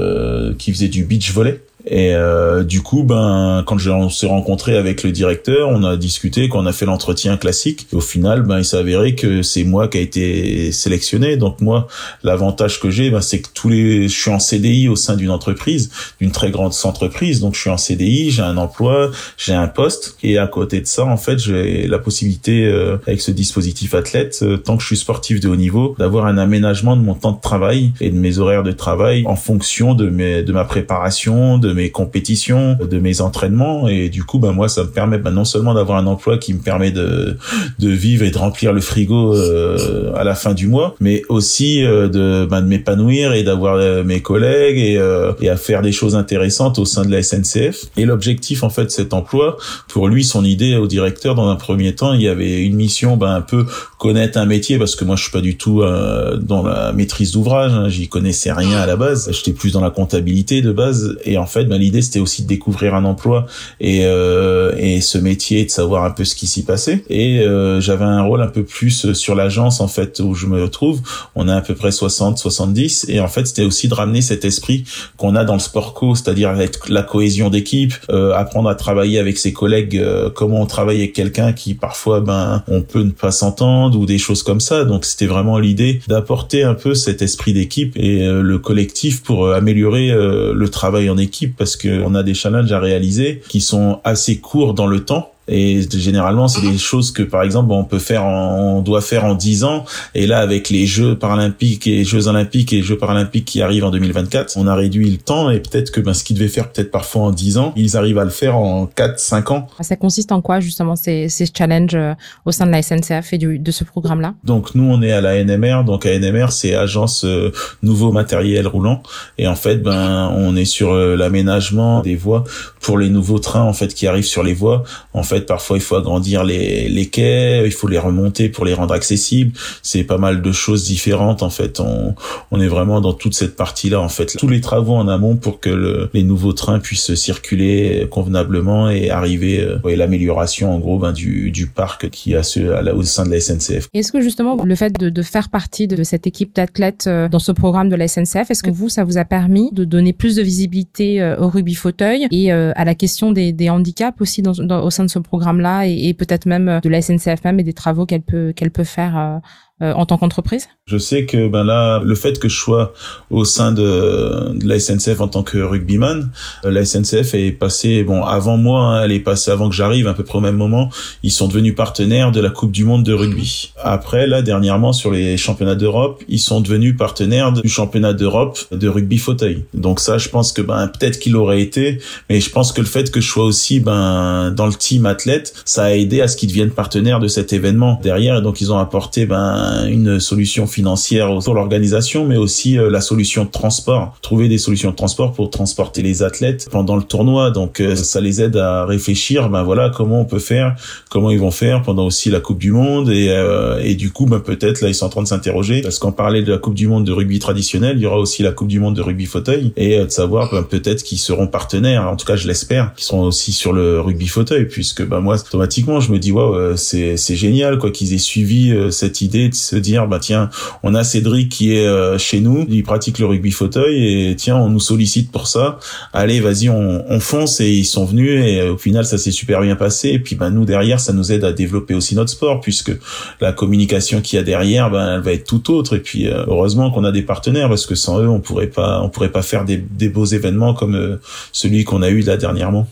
qui faisait du beach volley. Et du coup, quand on s'est rencontré avec le directeur, on a discuté, qu'on a fait l'entretien classique. Et au final, il s'est avéré que c'est moi qui a été sélectionné. Donc moi, l'avantage que j'ai, c'est que je suis en CDI au sein d'une entreprise, d'une très grande entreprise. Donc je suis en CDI, j'ai un emploi, j'ai un poste. Et à côté de ça, en fait, j'ai la possibilité, avec ce dispositif athlète, tant que je suis sportif de haut niveau, d'avoir un aménagement de mon temps de travail et de mes horaires de travail en fonction de ma préparation, de mes compétitions, de mes entraînements. Et du coup, moi, ça me permet non seulement d'avoir un emploi qui me permet de vivre et de remplir le frigo à la fin du mois, mais aussi de m'épanouir et d'avoir mes collègues et à faire des choses intéressantes au sein de la SNCF. Et l'objectif, en fait, de cet emploi, pour lui, son idée au directeur, dans un premier temps, il y avait une mission, un peu connaître un métier, parce que moi, je suis pas du tout dans la maîtrise d'ouvrage, j'y connaissais rien à la base. J'étais plus dans la comptabilité de base. Et en fait, l'idée, c'était aussi de découvrir un emploi et ce métier, de savoir un peu ce qui s'y passait. Et j'avais un rôle un peu plus sur l'agence, en fait, où je me trouve. On a à peu près 60, 70. Et en fait, c'était aussi de ramener cet esprit qu'on a dans le sport co, c'est-à-dire la cohésion d'équipe, apprendre à travailler avec ses collègues, comment on travaille avec quelqu'un qui, parfois, on peut ne pas s'entendre ou des choses comme ça. Donc, c'était vraiment l'idée d'apporter un peu cet esprit d'équipe et le collectif pour améliorer le travail en équipe, parce qu'on a des challenges à réaliser qui sont assez courts dans le temps. Et généralement, c'est des choses que, par exemple, on doit faire en 10 ans. Et là, avec les Jeux paralympiques et Jeux olympiques et Jeux paralympiques qui arrivent en 2024, on a réduit le temps et peut-être que ce qu'ils devaient faire peut-être parfois en 10 ans, ils arrivent à le faire en 4-5 ans. Ça consiste en quoi, justement, ces challenges au sein de la SNCF et de ce programme-là? Donc, nous, on est à la NMR. Donc, à NMR, c'est Agence Nouveau Matériel Roulant. Et en fait, on est sur l'aménagement des voies pour les nouveaux trains, en fait, qui arrivent sur les voies. En fait, parfois, il faut agrandir les quais, il faut les remonter pour les rendre accessibles. C'est pas mal de choses différentes, en fait. On est vraiment dans toute cette partie-là, en fait. Tous les travaux en amont pour que les nouveaux trains puissent circuler convenablement et arriver, l'amélioration, en gros, du parc qui a au sein de la SNCF. Est-ce que, justement, le fait de faire partie de cette équipe d'athlètes dans ce programme de la SNCF, est-ce que ça vous a permis de donner plus de visibilité au rugby fauteuil et à la question des handicaps aussi au sein de ce programme-là et peut-être même de la SNCF même et des travaux qu'elle peut faire en tant qu'entreprise? Je sais que là, le fait que je sois au sein de la SNCF en tant que rugbyman, la SNCF est passée, avant moi, elle est passée avant que j'arrive, à peu près au même moment, ils sont devenus partenaires de la Coupe du Monde de rugby. Après, là, dernièrement, sur les championnats d'Europe, ils sont devenus partenaires du championnat d'Europe de rugby fauteuil. Donc ça, je pense que peut-être qu'il aurait été, mais je pense que le fait que je sois aussi dans le team athlète, ça a aidé à ce qu'ils deviennent partenaires de cet événement derrière, et donc ils ont apporté une solution financière pour l'organisation, mais aussi la solution de transport, trouver des solutions de transport pour transporter les athlètes pendant le tournoi. Donc ça les aide à réfléchir, comment on peut faire, comment ils vont faire pendant aussi la Coupe du Monde, et du coup peut-être là ils sont en train de s'interroger, parce qu'on parlait de la Coupe du Monde de rugby traditionnel, il y aura aussi la Coupe du Monde de rugby fauteuil, et de savoir peut-être qu'ils seront partenaires, en tout cas je l'espère, qu'ils seront aussi sur le rugby fauteuil, puisque moi automatiquement je me dis c'est génial qu'ils aient suivi cette idée de se dire tiens, on a Cédric qui est chez nous, il pratique le rugby fauteuil, et tiens, on nous sollicite pour ça, allez vas-y on fonce, et ils sont venus, et au final ça s'est super bien passé, et puis nous derrière ça nous aide à développer aussi notre sport, puisque la communication qu'il y a derrière elle va être tout autre, et puis heureusement qu'on a des partenaires, parce que sans eux on pourrait pas faire des beaux événements comme celui qu'on a eu là dernièrement.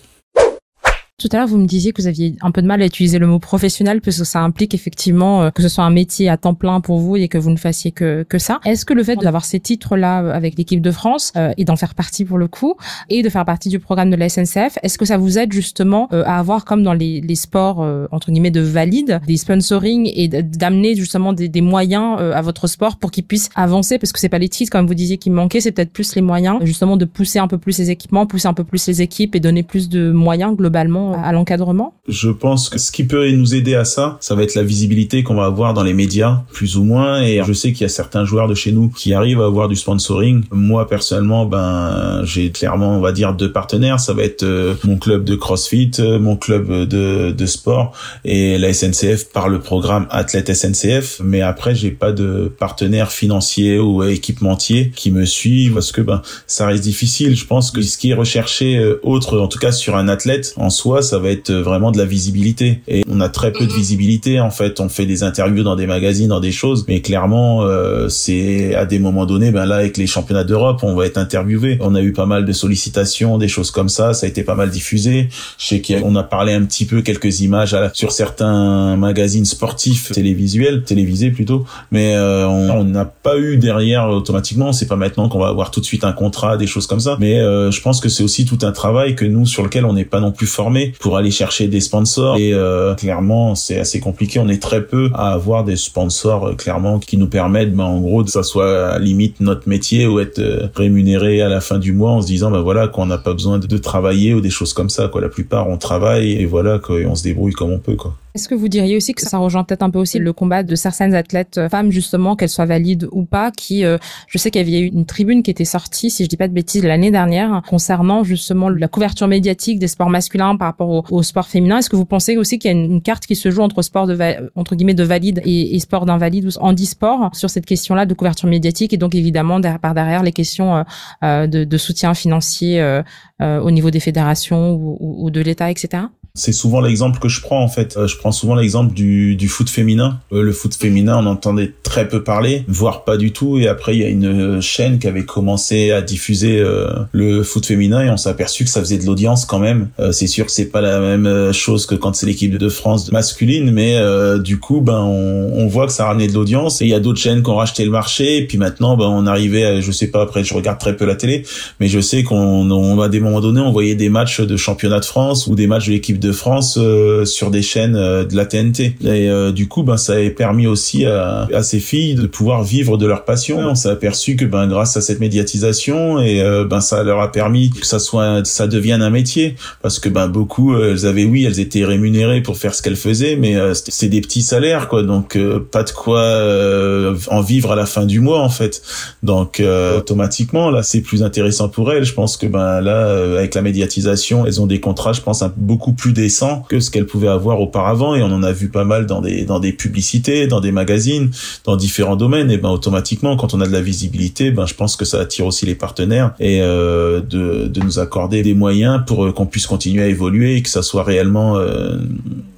Tout à l'heure, vous me disiez que vous aviez un peu de mal à utiliser le mot professionnel, parce que ça implique effectivement que ce soit un métier à temps plein pour vous et que vous ne fassiez que ça. Est-ce que le fait d'avoir ces titres-là avec l'équipe de France et d'en faire partie pour le coup, et de faire partie du programme de la SNCF, est-ce que ça vous aide justement à avoir, comme dans les sports entre guillemets de valides, des sponsoring, et d'amener justement des moyens à votre sport pour qu'il puisse avancer, parce que c'est pas les titres comme vous disiez qui manquaient, c'est peut-être plus les moyens justement de pousser un peu plus les équipements, pousser un peu plus les équipes et donner plus de moyens globalement à l'encadrement? Je pense que ce qui peut nous aider à ça va être la visibilité qu'on va avoir dans les médias, plus ou moins, et je sais qu'il y a certains joueurs de chez nous qui arrivent à avoir du sponsoring. Moi, personnellement, j'ai clairement, on va dire, 2 partenaires. Ça va être mon club de CrossFit, mon club de sport, et la SNCF par le programme Athlète SNCF. Mais après, j'ai pas de partenaire financier ou équipementier qui me suit, parce que ça reste difficile. Je pense que ce qui est recherché autre, en tout cas sur un athlète en soi, ça va être vraiment de la visibilité, et on a très peu de visibilité en fait. On fait des interviews dans des magazines, dans des choses, mais clairement c'est à des moments donnés, là avec les championnats d'Europe on va être interviewé, on a eu pas mal de sollicitations, des choses comme ça a été pas mal diffusé. Je sais qu'on a parlé un petit peu, quelques images sur certains magazines sportifs télévisés plutôt, mais on n'a pas eu derrière automatiquement, c'est pas maintenant qu'on va avoir tout de suite un contrat, des choses comme ça, mais je pense que c'est aussi tout un travail que nous, sur lequel on n'est pas non plus formé pour aller chercher des sponsors, et clairement c'est assez compliqué, on est très peu à avoir des sponsors clairement qui nous permettent en gros que ça soit à limite notre métier, ou être rémunéré à la fin du mois en se disant qu'on n'a pas besoin de travailler ou des choses comme ça La plupart on travaille, et on se débrouille comme on peut Est-ce que vous diriez aussi que ça rejoint peut-être un peu aussi le combat de certaines athlètes femmes, justement, qu'elles soient valides ou pas, qui, je sais qu'il y avait eu une tribune qui était sortie, si je dis pas de bêtises, l'année dernière, concernant justement la couverture médiatique des sports masculins par rapport au sport féminin. Est-ce que vous pensez aussi qu'il y a une carte qui se joue entre sport entre guillemets de valides et sport d'invalides ou handisport sur cette question-là de couverture médiatique, et donc évidemment par derrière les questions de soutien financier au niveau des fédérations ou de l'État, etc.? C'est souvent l'exemple que je prends en fait. Je prends souvent l'exemple du foot féminin. Le foot féminin, on entendait très peu parler, voire pas du tout. Et après, il y a une chaîne qui avait commencé à diffuser le foot féminin, et on s'est aperçu que ça faisait de l'audience quand même. C'est sûr que c'est pas la même chose que quand c'est l'équipe de France masculine, mais du coup, on voit que ça a ramené de l'audience. Et il y a d'autres chaînes qui ont racheté le marché. Et puis maintenant, on arrivait à, je sais pas, après je regarde très peu la télé, mais je sais qu'on à des moments donnés, on voyait des matchs de championnat de France ou des matchs de l'équipe de France sur des chaînes de la TNT, et du coup ça a permis aussi à ces filles de pouvoir vivre de leur passion. On s'est aperçu que grâce à cette médiatisation, et ça leur a permis que ça devienne un métier, parce que beaucoup elles étaient rémunérées pour faire ce qu'elles faisaient, mais c'est des petits salaires donc pas de quoi en vivre à la fin du mois en fait. Donc automatiquement là c'est plus intéressant pour elles. Je pense que là avec la médiatisation, elles ont des contrats, je pense, beaucoup plus décent que ce qu'elles pouvaient avoir auparavant, et on en a vu pas mal dans des publicités, dans des magazines, dans différents domaines. Et automatiquement, quand on a de la visibilité, je pense que ça attire aussi les partenaires, et de nous accorder des moyens pour qu'on puisse continuer à évoluer, et que ça soit réellement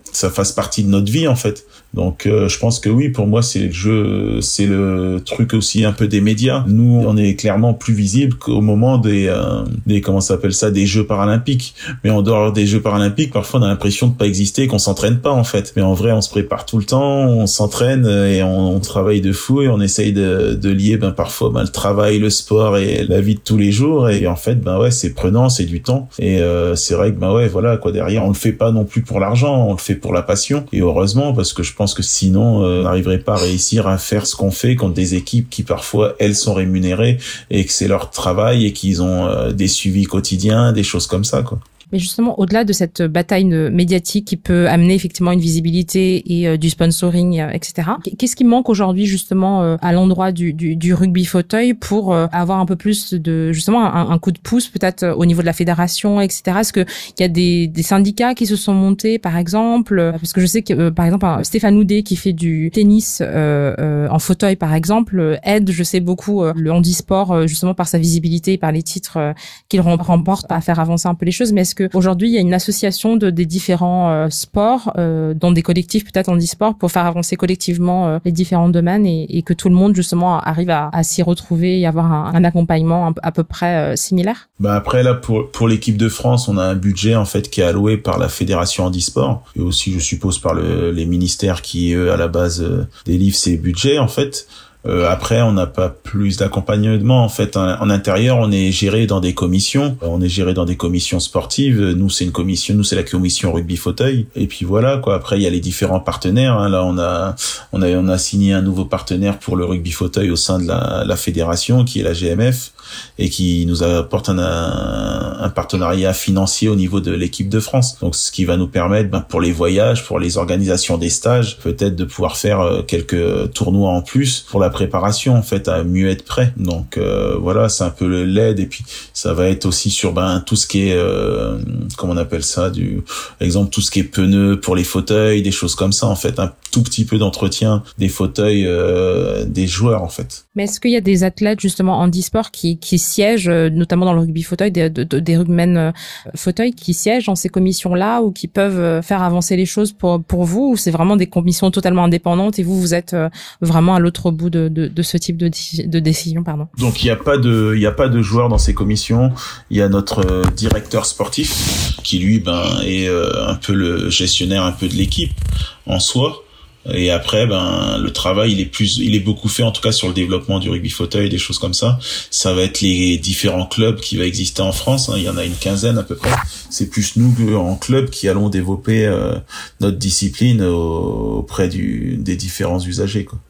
ça fasse partie de notre vie en fait. Donc je pense que oui, pour moi c'est le truc aussi un peu des médias. Nous on est clairement plus visible qu'au moment des comment ça s'appelle ça, des Jeux paralympiques. Mais en dehors des Jeux paralympiques, parfois on a l'impression de pas exister, qu'on s'entraîne pas en fait. Mais en vrai on se prépare tout le temps, on s'entraîne et on travaille de fou et on essaye de lier parfois le travail, le sport et la vie de tous les jours. Et en fait ouais, c'est prenant, c'est du temps. Et c'est vrai que ouais, voilà quoi, derrière on le fait pas non plus pour l'argent, on le fait pour la passion. Et heureusement, parce que je pense que sinon on n'arriverait pas à réussir à faire ce qu'on fait contre des équipes qui parfois elles sont rémunérées et que c'est leur travail et qu'ils ont des suivis quotidiens, des choses comme ça quoi. Mais justement, au-delà de cette bataille médiatique qui peut amener effectivement une visibilité et du sponsoring, etc., qu'est-ce qui manque aujourd'hui justement à l'endroit du rugby fauteuil pour avoir un peu plus de justement un coup de pouce peut-être au niveau de la fédération, etc. Est-ce que il y a des syndicats qui se sont montés par exemple? Parce que je sais que par exemple Stéphane Houdet qui fait du tennis en fauteuil par exemple aide, je sais beaucoup le handisport justement par sa visibilité et par les titres qu'il remporte à faire avancer un peu les choses. Mais est-ce que aujourd'hui il y a une association des différents sports dans des collectifs peut-être handisport pour faire avancer collectivement les différents domaines et que tout le monde justement arrive à s'y retrouver et avoir un accompagnement à peu près similaire? Après là pour l'équipe de France, on a un budget en fait qui est alloué par la fédération handisport et aussi je suppose par les ministères qui eux à la base délivrent ces budgets en fait. Après, on n'a pas plus d'accompagnement. En fait, en intérieur, on est géré dans des commissions. On est géré dans des commissions sportives. Nous, c'est la commission rugby fauteuil. Et puis voilà, quoi. Après, il y a les différents partenaires. Hein. Là, on a signé un nouveau partenaire pour le rugby fauteuil au sein de la fédération, qui est la GMF, et qui nous apporte un partenariat financier au niveau de l'équipe de France. Donc, ce qui va nous permettre, pour les voyages, pour les organisations des stages, peut-être de pouvoir faire quelques tournois en plus pour la préparation, en fait, à mieux être prêt. Donc, voilà, c'est un peu l'aide. Et puis, ça va être aussi sur tout ce qui est, comment on appelle ça, exemple, tout ce qui est pneus pour les fauteuils, des choses comme ça, en fait. Un tout petit peu d'entretien des fauteuils des joueurs, en fait. Mais est-ce qu'il y a des athlètes, justement, handisport qui siègent, notamment dans le rugby fauteuil, des rugbymen fauteuil qui siègent dans ces commissions-là ou qui peuvent faire avancer les choses pour vous, ou c'est vraiment des commissions totalement indépendantes et vous êtes vraiment à l'autre bout de ce type de décision, pardon. Donc il y a pas de joueurs dans ces commissions. Il y a notre directeur sportif qui lui est un peu le gestionnaire un peu de l'équipe en soi. Et après, le travail, il est beaucoup fait, en tout cas, sur le développement du rugby fauteuil, des choses comme ça. Ça va être les différents clubs qui va exister en France. Hein. Il y en a une quinzaine à peu près. C'est plus nous, en club, qui allons développer notre discipline auprès des différents usagers, quoi.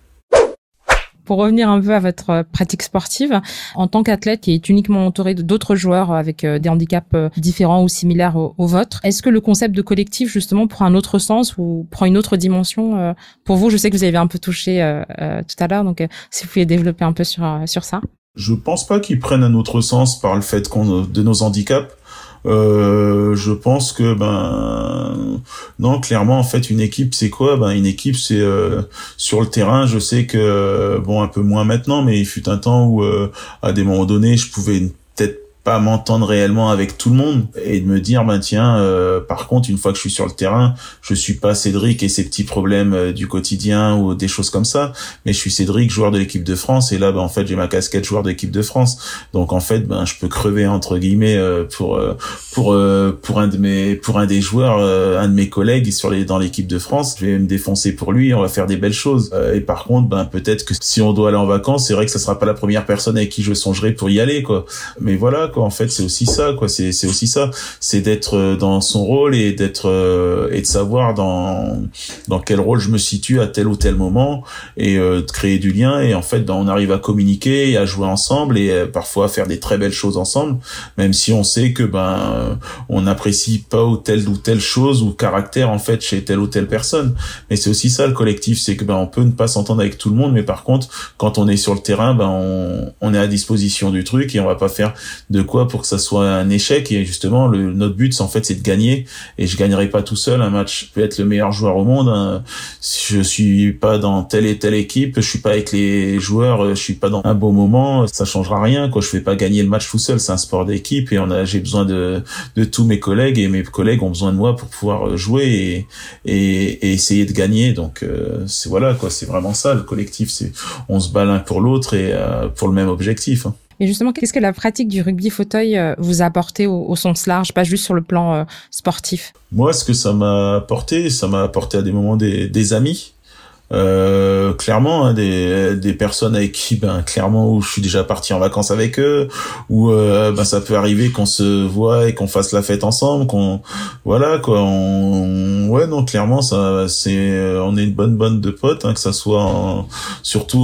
Pour revenir un peu à votre pratique sportive, en tant qu'athlète qui est uniquement entouré d'autres joueurs avec des handicaps différents ou similaires aux vôtres, est-ce que le concept de collectif justement prend un autre sens ou prend une autre dimension pour vous? Je sais que vous avez un peu touché tout à l'heure, donc si vous pouvez développer un peu sur ça. Je pense pas qu'ils prennent un autre sens par le fait de nos handicaps. Je pense que non, clairement en fait une équipe c'est quoi? Une équipe c'est sur le terrain, je sais que un peu moins maintenant, mais il fut un temps où à des moments donnés je pouvais peut-être pas m'entendre réellement avec tout le monde et de me dire par contre une fois que je suis sur le terrain, je suis pas Cédric et ses petits problèmes du quotidien ou des choses comme ça, mais je suis Cédric, joueur de l'équipe de France, et là en fait j'ai ma casquette joueur de l'équipe de France, donc en fait je peux crever entre guillemets pour un des joueurs, un de mes collègues dans l'équipe de France, je vais me défoncer pour lui, on va faire des belles choses, et par contre peut-être que si on doit aller en vacances, c'est vrai que ça sera pas la première personne avec qui je songerai pour y aller quoi, mais voilà quoi, en fait c'est aussi ça quoi, c'est aussi ça, c'est d'être dans son rôle et de savoir dans quel rôle je me situe à tel ou tel moment, et de créer du lien, et en fait on arrive à communiquer et à jouer ensemble et parfois à faire des très belles choses ensemble, même si on sait que on n'apprécie pas telle ou telle chose ou caractère en fait chez telle ou telle personne, mais c'est aussi ça le collectif, c'est que on peut ne pas s'entendre avec tout le monde, mais par contre quand on est sur le terrain on est à disposition du truc et on va pas faire de de quoi pour que ça soit un échec. Et justement, notre but, c'est de gagner. Et je gagnerai pas tout seul un match. Je peux être le meilleur joueur au monde, hein. Si je suis pas dans telle et telle équipe, je suis pas avec les joueurs, je suis pas dans un bon moment, ça changera rien, quoi. Je vais pas gagner le match tout seul. C'est un sport d'équipe et j'ai besoin de tous mes collègues, et mes collègues ont besoin de moi pour pouvoir jouer et essayer de gagner. Donc c'est voilà, quoi. C'est vraiment ça, le collectif. On se bat l'un pour l'autre et pour le même objectif, hein. Et justement, qu'est-ce que la pratique du rugby fauteuil vous a apporté au sens large, pas juste sur le plan sportif? Moi, ce que ça m'a apporté à des moments des amis. Clairement, hein, des personnes avec qui clairement où je suis déjà parti en vacances avec eux, ou ça peut arriver qu'on se voit et qu'on fasse la fête ensemble, voilà quoi, clairement ça on est une bonne bande de potes, hein, que ça soit surtout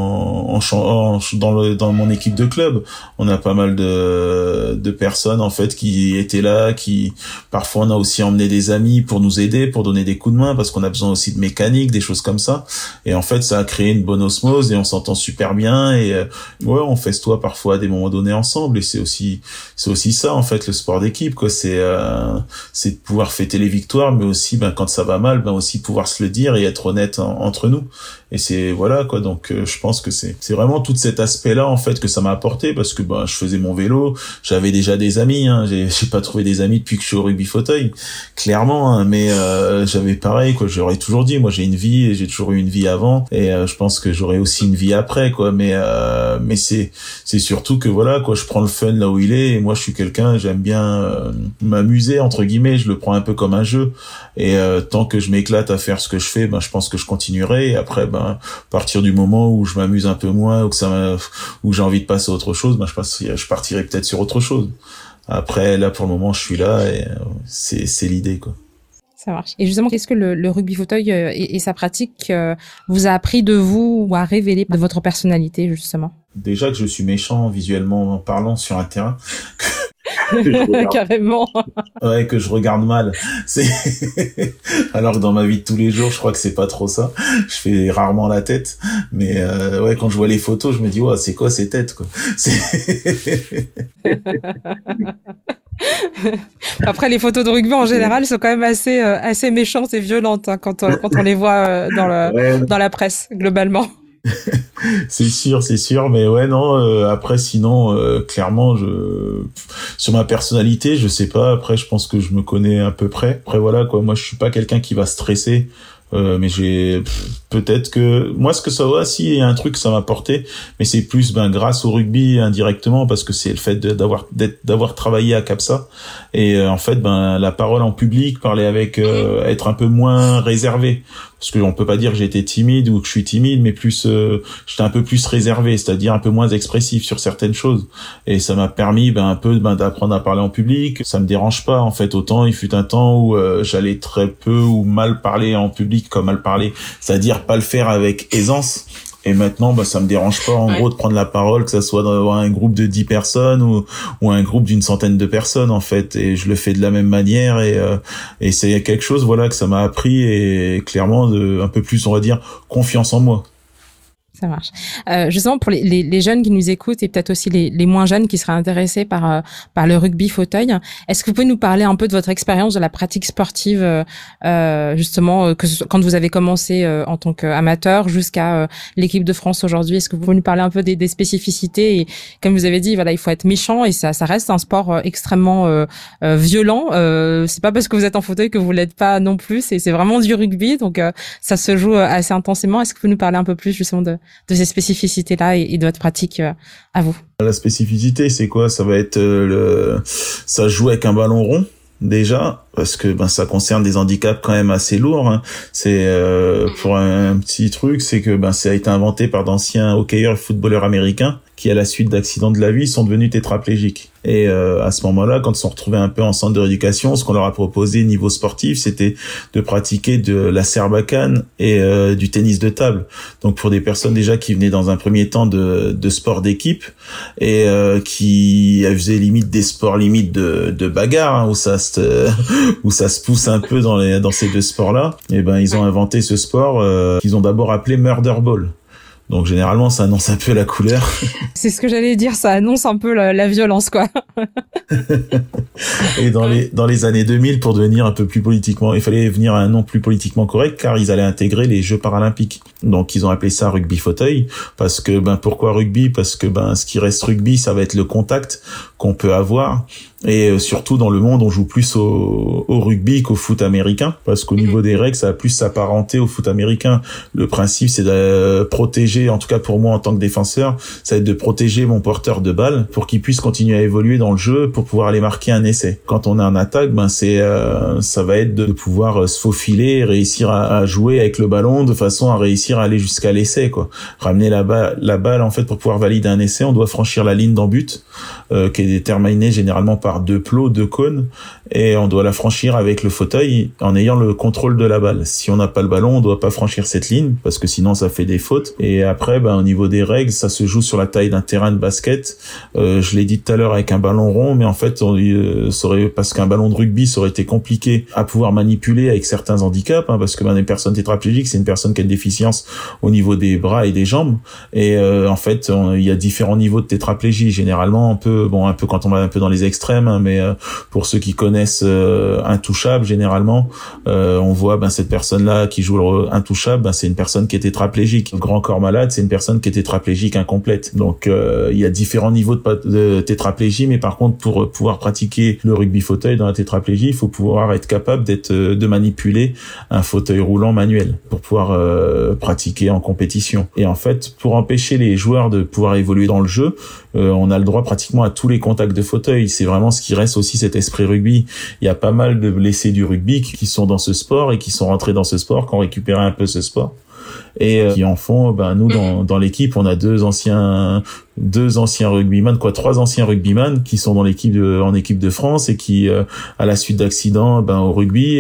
dans mon équipe de club. On a pas mal de personnes en fait qui étaient là, qui parfois on a aussi emmené des amis pour nous aider, pour donner des coups de main, parce qu'on a besoin aussi de mécanique, des choses comme ça. Et en fait, ça a créé une bonne osmose et on s'entend super bien, et on festoie parfois à des moments donnés ensemble. Et c'est aussi ça en fait, le sport d'équipe, quoi. C'est de pouvoir fêter les victoires, mais aussi quand ça va mal, aussi pouvoir se le dire et être honnête entre nous. Et c'est voilà quoi. Donc je pense que c'est vraiment tout cet aspect-là en fait que ça m'a apporté, parce que je faisais mon vélo, j'avais déjà des amis, hein. J'ai pas trouvé des amis depuis que je suis au rugby fauteuil, clairement, hein, mais j'avais pareil quoi. J'aurais toujours dit, moi j'ai une vie et j'ai toujours eu une vie avant, et je pense que j'aurai aussi une vie après, quoi. Mais c'est surtout que voilà quoi, je prends le fun là où il est, et moi je suis quelqu'un, j'aime bien m'amuser entre guillemets, je le prends un peu comme un jeu, et tant que je m'éclate à faire ce que je fais, je pense que je continuerai. Et après à partir du moment où je m'amuse un peu moins, où j'ai envie de passer à autre chose, je partirai peut-être sur autre chose. Après là pour le moment je suis là, et c'est l'idée, quoi. Ça marche. Et justement, qu'est-ce que le rugby fauteuil et sa pratique vous a appris de vous, ou a révélé de votre personnalité, justement? Déjà que je suis méchant visuellement en parlant sur un terrain. Carrément. Ouais, que je regarde mal. Alors que dans ma vie de tous les jours, je crois que c'est pas trop ça. Je fais rarement la tête, mais quand je vois les photos, je me dis c'est quoi ces têtes, quoi. Après, les photos de rugby en général sont quand même assez méchantes et violentes, hein, quand on les voit dans la presse globalement. C'est sûr, mais après sinon clairement sur ma personnalité, je sais pas, après je pense que je me connais à peu près. Après voilà quoi, moi je suis pas quelqu'un qui va stresser. Mais peut-être que moi ce que ça va, si il y a un truc que ça m'a apporté, mais c'est plus grâce au rugby indirectement, parce que c'est le fait d'avoir travaillé à Capsa, et en fait la parole en public, parler avec être un peu moins réservé, parce que on peut pas dire que j'étais timide ou que je suis timide, mais plus j'étais un peu plus réservé, c'est-à-dire un peu moins expressif sur certaines choses, et ça m'a permis un peu d'apprendre à parler en public. Ça me dérange pas en fait. Autant il fut un temps où j'allais très peu ou mal parler en public, comme mal parler, c'est-à-dire pas le faire avec aisance. Et maintenant, ça me dérange pas, en gros, de prendre la parole, que ça soit dans un groupe de 10 personnes ou un groupe d'une centaine de personnes, en fait. Et je le fais de la même manière, et c'est quelque chose, voilà, que ça m'a appris, et clairement, un peu plus, on va dire, confiance en moi. Ça marche. Justement, pour les jeunes qui nous écoutent, et peut-être aussi les moins jeunes qui seraient intéressés par le rugby fauteuil, est-ce que vous pouvez nous parler un peu de votre expérience de la pratique sportive, justement, quand vous avez commencé en tant qu'amateur jusqu'à l'équipe de France aujourd'hui? Est-ce que vous pouvez nous parler un peu des spécificités? Et comme vous avez dit, voilà, il faut être méchant, et ça reste un sport extrêmement violent. C'est pas parce que vous êtes en fauteuil que vous l'êtes pas non plus. C'est vraiment du rugby, donc ça se joue assez intensément. Est-ce que vous pouvez nous parler un peu plus justement de ces spécificités-là et de votre pratique à vous? La spécificité, c'est quoi? Ça va être ça joue avec un ballon rond, déjà, parce que ça concerne des handicaps quand même assez lourds, hein. C'est pour un petit truc, c'est que ça a été inventé par d'anciens hockeyeurs et footballeurs américains qui, à la suite d'accidents de la vie, sont devenus tétraplégiques. Et à ce moment-là, quand ils se sont retrouvés un peu en centre de rééducation, ce qu'on leur a proposé niveau sportif, c'était de pratiquer de la serbacane et du tennis de table. Donc pour des personnes déjà qui venaient dans un premier temps de sport d'équipe, et qui faisaient limite des sports limite de bagarre, hein, où ça se pousse un peu dans ces deux sports-là, et ils ont inventé ce sport qu'ils ont d'abord appelé Murder Ball. Donc généralement, ça annonce un peu la couleur. C'est ce que j'allais dire, ça annonce un peu la violence, quoi. Et dans les années 2000, pour devenir un peu plus politiquement, il fallait venir à un nom plus politiquement correct, car ils allaient intégrer les Jeux paralympiques. Donc ils ont appelé ça rugby fauteuil, parce que pourquoi rugby? Parce que ce qui reste rugby, ça va être le contact qu'on peut avoir. Et surtout dans le monde, on joue plus au rugby qu'au foot américain, parce qu'au niveau des règles, ça va plus s'apparenter au foot américain. Le principe, c'est de protéger, en tout cas pour moi en tant que défenseur, ça va être de protéger mon porteur de balle pour qu'il puisse continuer à évoluer dans le jeu pour pouvoir aller marquer un essai. Quand on est en attaque, ça va être de pouvoir se faufiler, réussir à jouer avec le ballon de façon à réussir à aller jusqu'à l'essai, quoi. Ramener la balle, en fait, pour pouvoir valider un essai, on doit franchir la ligne d'en but, qui est déterminée généralement par 2 plots, 2 cônes, et on doit la franchir avec le fauteuil en ayant le contrôle de la balle. Si on n'a pas le ballon, on doit pas franchir cette ligne parce que sinon ça fait des fautes. Et après, au niveau des règles, ça se joue sur la taille d'un terrain de basket. Je l'ai dit tout à l'heure avec un ballon rond, mais en fait, parce qu'un ballon de rugby, ça aurait été compliqué à pouvoir manipuler avec certains handicaps, parce que une personne tétraplégique, c'est une personne qui a une déficience au niveau des bras et des jambes. Et en fait, il y a différents niveaux de tétraplégie. Généralement, un peu quand on va un peu dans les extrêmes, mais pour ceux qui connaissent Intouchable, généralement, on voit cette personne-là qui joue Intouchable, c'est une personne qui est tétraplégique. Grand corps malade, c'est une personne qui est tétraplégique incomplète. Donc il y a différents niveaux de tétraplégie, mais par contre pour pouvoir pratiquer le rugby fauteuil dans la tétraplégie, il faut pouvoir être capable de manipuler un fauteuil roulant manuel pour pouvoir pratiquer en compétition. Et en fait, pour empêcher les joueurs de pouvoir évoluer dans le jeu, on a le droit pratiquement à tous les contacts de fauteuil. C'est vraiment ce qui reste aussi, cet esprit rugby. Il y a pas mal de blessés du rugby qui sont dans ce sport et qui sont rentrés dans ce sport, qui ont récupéré un peu ce sport et qui en font. Nous dans l'équipe, on a deux anciens rugbyman, trois anciens rugbyman qui sont dans en équipe de France et qui à la suite d'accidents au rugby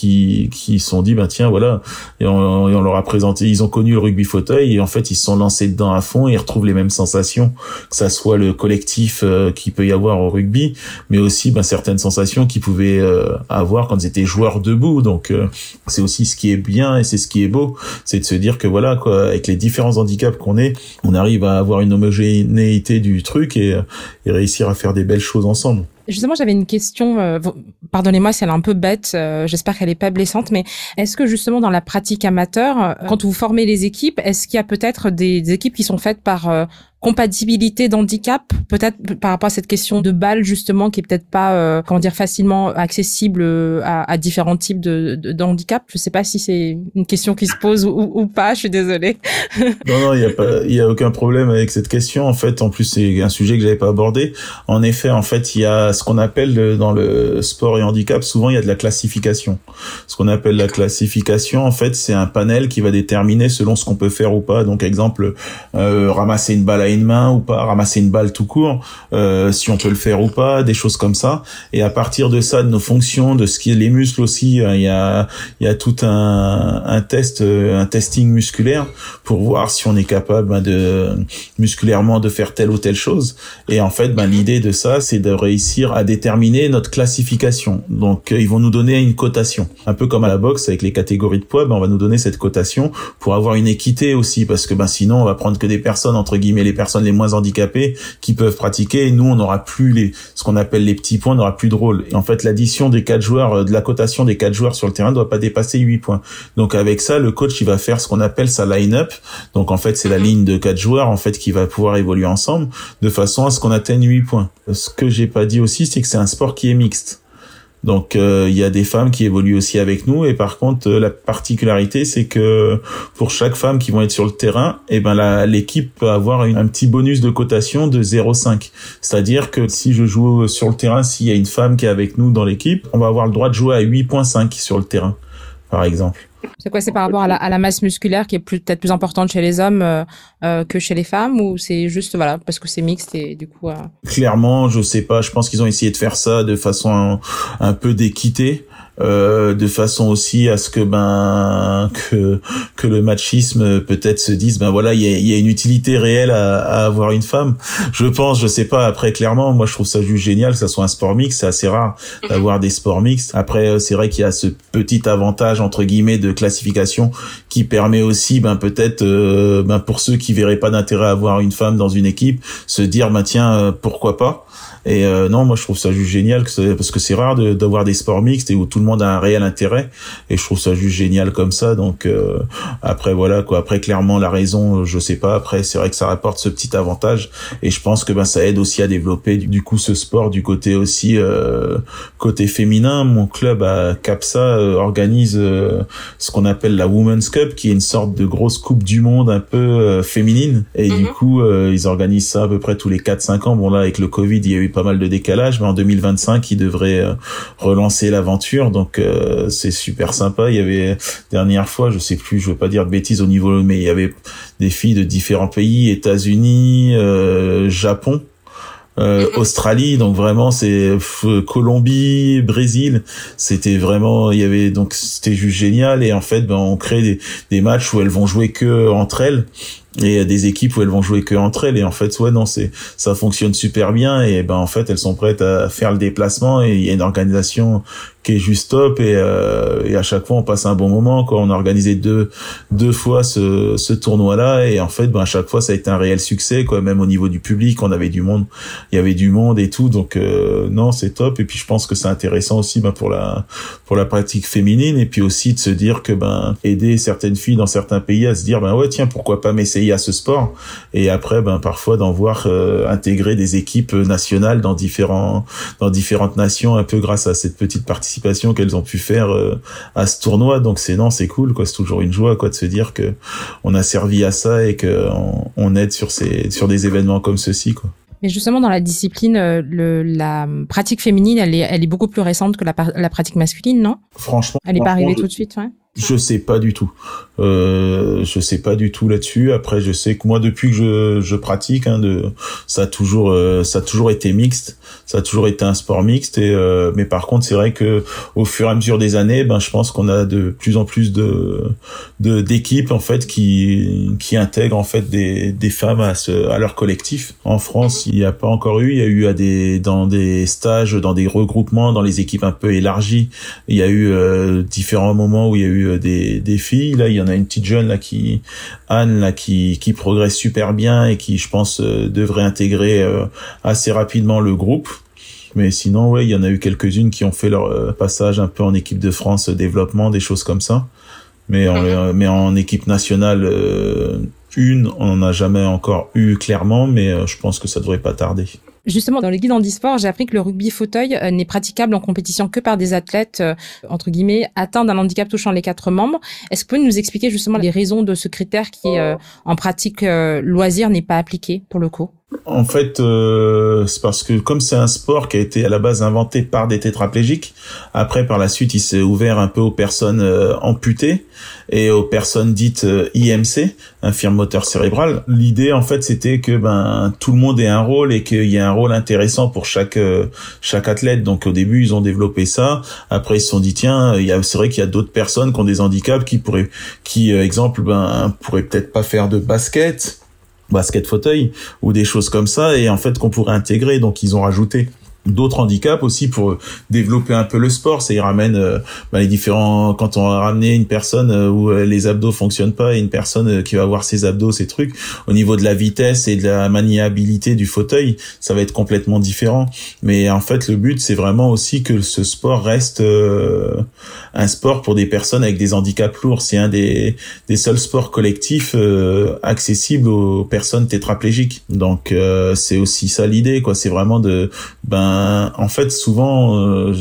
qui se sont dit tiens voilà, et on leur a présenté, ils ont connu le rugby fauteuil et en fait ils se sont lancés dedans à fond et ils retrouvent les mêmes sensations, que ça soit le collectif qu'il peut y avoir au rugby, mais aussi certaines sensations qu'ils pouvaient avoir quand ils étaient joueurs debout. Donc c'est aussi ce qui est bien et c'est ce qui est beau, c'est de se dire que voilà quoi, avec les différents handicaps on arrive à avoir une homogénéité du truc et réussir à faire des belles choses ensemble. Justement, j'avais une question, pardonnez-moi si elle est un peu bête, j'espère qu'elle est pas blessante, mais est-ce que justement dans la pratique amateur, quand vous formez les équipes, est-ce qu'il y a peut-être des équipes qui sont faites par compatibilité d'handicap, peut-être par rapport à cette question de balle justement qui est peut-être pas facilement accessible à différents types de handicap. Je sais pas si c'est une question qui se pose ou pas, je suis désolée. Non, il y a aucun problème avec cette question. En fait, en plus c'est un sujet que j'avais pas abordé. En effet, en fait, il y a ce qu'on appelle dans le sport et handicap, souvent il y a de la classification. Ce qu'on appelle la classification, en fait, c'est un panel qui va déterminer selon ce qu'on peut faire ou pas. Donc exemple, ramasser une balle à une main ou pas, ramasser une balle tout court, si on peut le faire ou pas, des choses comme ça. Et à partir de ça, de nos fonctions, de ce qui est les muscles aussi, il y a tout un testing musculaire pour voir si on est capable musculairement de faire telle ou telle chose. Et en fait, l'idée de ça, c'est de réussir à déterminer notre classification. Donc ils vont nous donner une cotation, un peu comme à la boxe avec les catégories de poids. On va nous donner cette cotation pour avoir une équité aussi, parce que sinon on va prendre que des personnes entre guillemets les personnes les moins handicapées qui peuvent pratiquer, et nous on n'aura plus ce qu'on appelle les petits points, on n'aura plus de rôle. Et en fait l'addition des 4 joueurs, de la cotation des 4 joueurs sur le terrain ne doit pas dépasser 8 points. Donc avec ça, le coach il va faire ce qu'on appelle sa line-up. Donc en fait c'est la ligne de 4 joueurs en fait qui va pouvoir évoluer ensemble de façon à ce qu'on atteigne 8 points. Ce que j'ai pas dit aussi, c'est que c'est un sport qui est mixte. Donc il y a des femmes qui évoluent aussi avec nous, et par contre la particularité c'est que pour chaque femme qui vont être sur le terrain, l'équipe peut avoir un petit bonus de cotation de 0,5. C'est-à-dire que si je joue sur le terrain, s'il y a une femme qui est avec nous dans l'équipe, on va avoir le droit de jouer à 8,5 sur le terrain, par exemple. C'est quoi, c'est par rapport à la masse musculaire qui est peut-être plus importante chez les hommes que chez les femmes, ou c'est juste parce que c'est mixte et du coup Clairement, je sais pas, je pense qu'ils ont essayé de faire ça de façon un peu d'équité. de façon aussi à ce que que le machisme peut-être se dise voilà, il y a une utilité réelle à avoir une femme. Je sais pas, après clairement moi je trouve ça juste génial que ça soit un sport mixte, c'est assez rare d'avoir des sports mixtes. Après c'est vrai qu'il y a ce petit avantage entre guillemets de classification qui permet aussi peut-être pour ceux qui verraient pas d'intérêt à avoir une femme dans une équipe, se dire tiens, pourquoi pas. Et non, moi je trouve ça juste génial parce que c'est rare d'avoir des sports mixtes et où tout le monde a un réel intérêt, et je trouve ça juste génial comme ça. Donc après voilà quoi, après clairement la raison je sais pas, après c'est vrai que ça rapporte ce petit avantage, et je pense que ça aide aussi à développer du coup ce sport du côté aussi côté féminin. Mon club à Capsa organise ce qu'on appelle la Women's Cup, qui est une sorte de grosse coupe du monde un peu féminine, et du coup ils organisent ça à peu près tous les 4-5 ans. Bon là avec le Covid il y a eu pas mal de décalage, mais en 2025 ils devraient relancer l'aventure, donc c'est super sympa. Il y avait dernière fois, je sais plus, je veux pas dire de bêtises au niveau, mais il y avait des filles de différents pays, États-Unis, Japon, Australie, donc vraiment c'est Colombie, Brésil, c'était vraiment, il y avait, donc c'était juste génial. Et en fait on crée des matchs où elles vont jouer que entre elles, et des équipes où elles vont jouer que entre elles, et en fait ça fonctionne super bien, et en fait elles sont prêtes à faire le déplacement, et il y a une organisation qui est juste top, et à chaque fois on passe un bon moment quoi. On a organisé deux fois ce tournoi là, et en fait à chaque fois ça a été un réel succès quoi. Même au niveau du public, on avait du monde, il y avait du monde et tout, donc non c'est top. Et puis je pense que c'est intéressant aussi pour la pratique féminine, et puis aussi de se dire que aider certaines filles dans certains pays à se dire ouais tiens, pourquoi pas m'essayer à ce sport, et après parfois d'en voir intégrer des équipes nationales dans différentes nations, un peu grâce à cette petite participation qu'elles ont pu faire à ce tournoi. Donc c'est cool quoi, c'est toujours une joie quoi de se dire que on a servi à ça, et que on aide sur des événements comme ceci quoi. Mais justement, dans la discipline, la pratique féminine, elle est beaucoup plus récente que la pratique masculine, non? Franchement, elle n'est pas arrivée tout de suite, ouais. Je sais pas du tout. Je sais pas du tout là-dessus. Après, je sais que moi, depuis que je pratique, ça a toujours été mixte. Ça a toujours été un sport mixte. Mais par contre, c'est vrai que au fur et à mesure des années, je pense qu'on a de plus en plus d'équipes en fait qui intègrent en fait des femmes à leur collectif. En France, il n'y a pas encore eu. Il y a eu dans des stages, dans des regroupements, dans les équipes un peu élargies. Il y a eu différents moments où il y a eu des filles. Là, il y en a une petite jeune Anne qui progresse super bien, et qui je pense devrait intégrer assez rapidement le groupe. Mais sinon il y en a eu quelques-unes qui ont fait leur passage un peu en équipe de France développement, des choses comme ça. Mais en équipe nationale on n'en a jamais encore eu clairement, mais je pense que ça devrait pas tarder. Justement, dans le guide handisport, j'ai appris que le rugby fauteuil n'est praticable en compétition que par des athlètes, entre guillemets, atteints d'un handicap touchant les 4 membres. Est-ce que vous pouvez nous expliquer justement les raisons de ce critère qui, en pratique loisir, n'est pas appliqué pour le coup? En fait, c'est parce que comme c'est un sport qui a été à la base inventé par des tétraplégiques, après par la suite il s'est ouvert un peu aux personnes amputées et aux personnes dites IMC, infirme moteur cérébral. L'idée en fait c'était que tout le monde ait un rôle, et qu'il y ait un rôle intéressant pour chaque athlète. Donc au début ils ont développé ça. Après ils se sont dit tiens, c'est vrai qu'il y a d'autres personnes qui ont des handicaps qui pourraient peut-être pas faire de basket fauteuil ou des choses comme ça, et en fait qu'on pourrait intégrer. Donc ils ont rajouté d'autres handicaps aussi pour développer un peu le sport. Ça, ils ramènent les différents, quand on a ramené une personne où les abdos fonctionnent pas, et une personne qui va avoir ses abdos, ces trucs, au niveau de la vitesse et de la maniabilité du fauteuil, ça va être complètement différent. Mais en fait le but c'est vraiment aussi que ce sport reste un sport pour des personnes avec des handicaps lourds. C'est un des seuls sports collectifs accessibles aux personnes tétraplégiques. Donc c'est aussi ça l'idée quoi, c'est vraiment en fait souvent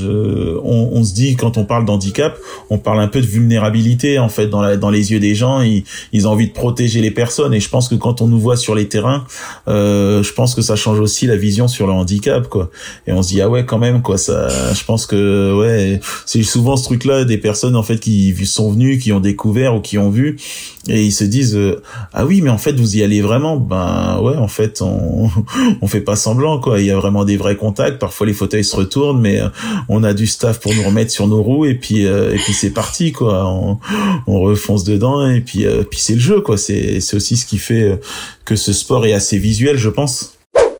on se dit, quand on parle d'handicap, on parle un peu de vulnérabilité en fait dans les yeux des gens. Ils ont envie de protéger les personnes, et je pense que quand on nous voit sur les terrains, je pense que ça change aussi la vision sur le handicap quoi. Et on se dit ah ouais quand même quoi, ça, je pense que ouais, c'est souvent ce truc là des personnes en fait qui sont venues, qui ont découvert ou qui ont vu, et ils se disent ah oui mais en fait vous y allez vraiment. Ouais en fait on fait pas semblant quoi, il y a vraiment des vrais contacts. parfois les fauteuils se retournent, mais on a du staff pour nous remettre sur nos roues et puis c'est parti quoi. On refonce dedans et puis c'est le jeu quoi. C'est aussi ce qui fait que ce sport est assez visuel, je pense.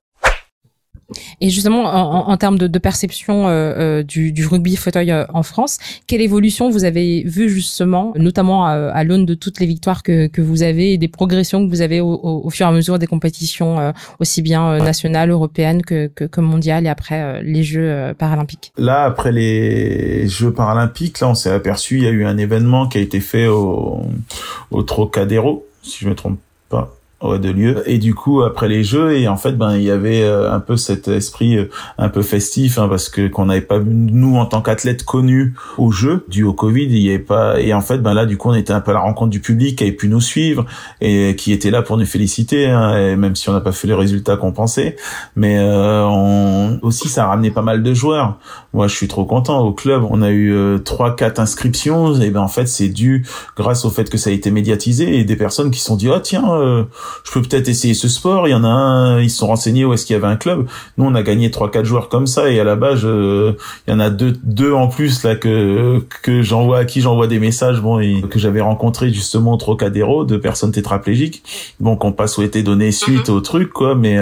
Et justement, en termes de perception du rugby fauteuil en France, quelle évolution vous avez vue justement, notamment à l'aune de toutes les victoires que vous avez et des progressions que vous avez au fur et à mesure des compétitions aussi bien nationales, européennes que mondiales et après les Jeux paralympiques? Là, après les Jeux paralympiques, là, on s'est aperçu, il y a eu un événement qui a été fait au Trocadéro, si je me trompe pas. Ouais, de lieu. Et du coup, après les Jeux, et en fait, il y avait un peu cet esprit un peu festif, parce que qu'on n'avait pas, nous, en tant qu'athlètes connus aux Jeux, dû au Covid, il y avait pas, et en fait, là, du coup, on était un peu à la rencontre du public qui avait pu nous suivre et qui était là pour nous féliciter, et même si on n'a pas fait les résultats qu'on pensait. Mais, aussi, ça a ramené pas mal de joueurs. Moi, je suis trop content. Au club, on a eu 3-4 inscriptions, et en fait, c'est dû grâce au fait que ça a été médiatisé et des personnes qui se sont dit, oh, tiens, je peux peut-être essayer ce sport. Il y en a un, ils se sont renseignés où est-ce qu'il y avait un club. Nous, on a gagné 3-4 joueurs comme ça, et à la base, il y en a deux en plus là que j'envoie, à qui j'envoie des messages, et que j'avais rencontré justement au Trocadéro, de personnes tétraplégiques, qui n'ont pas souhaité donner suite au truc, quoi. Mais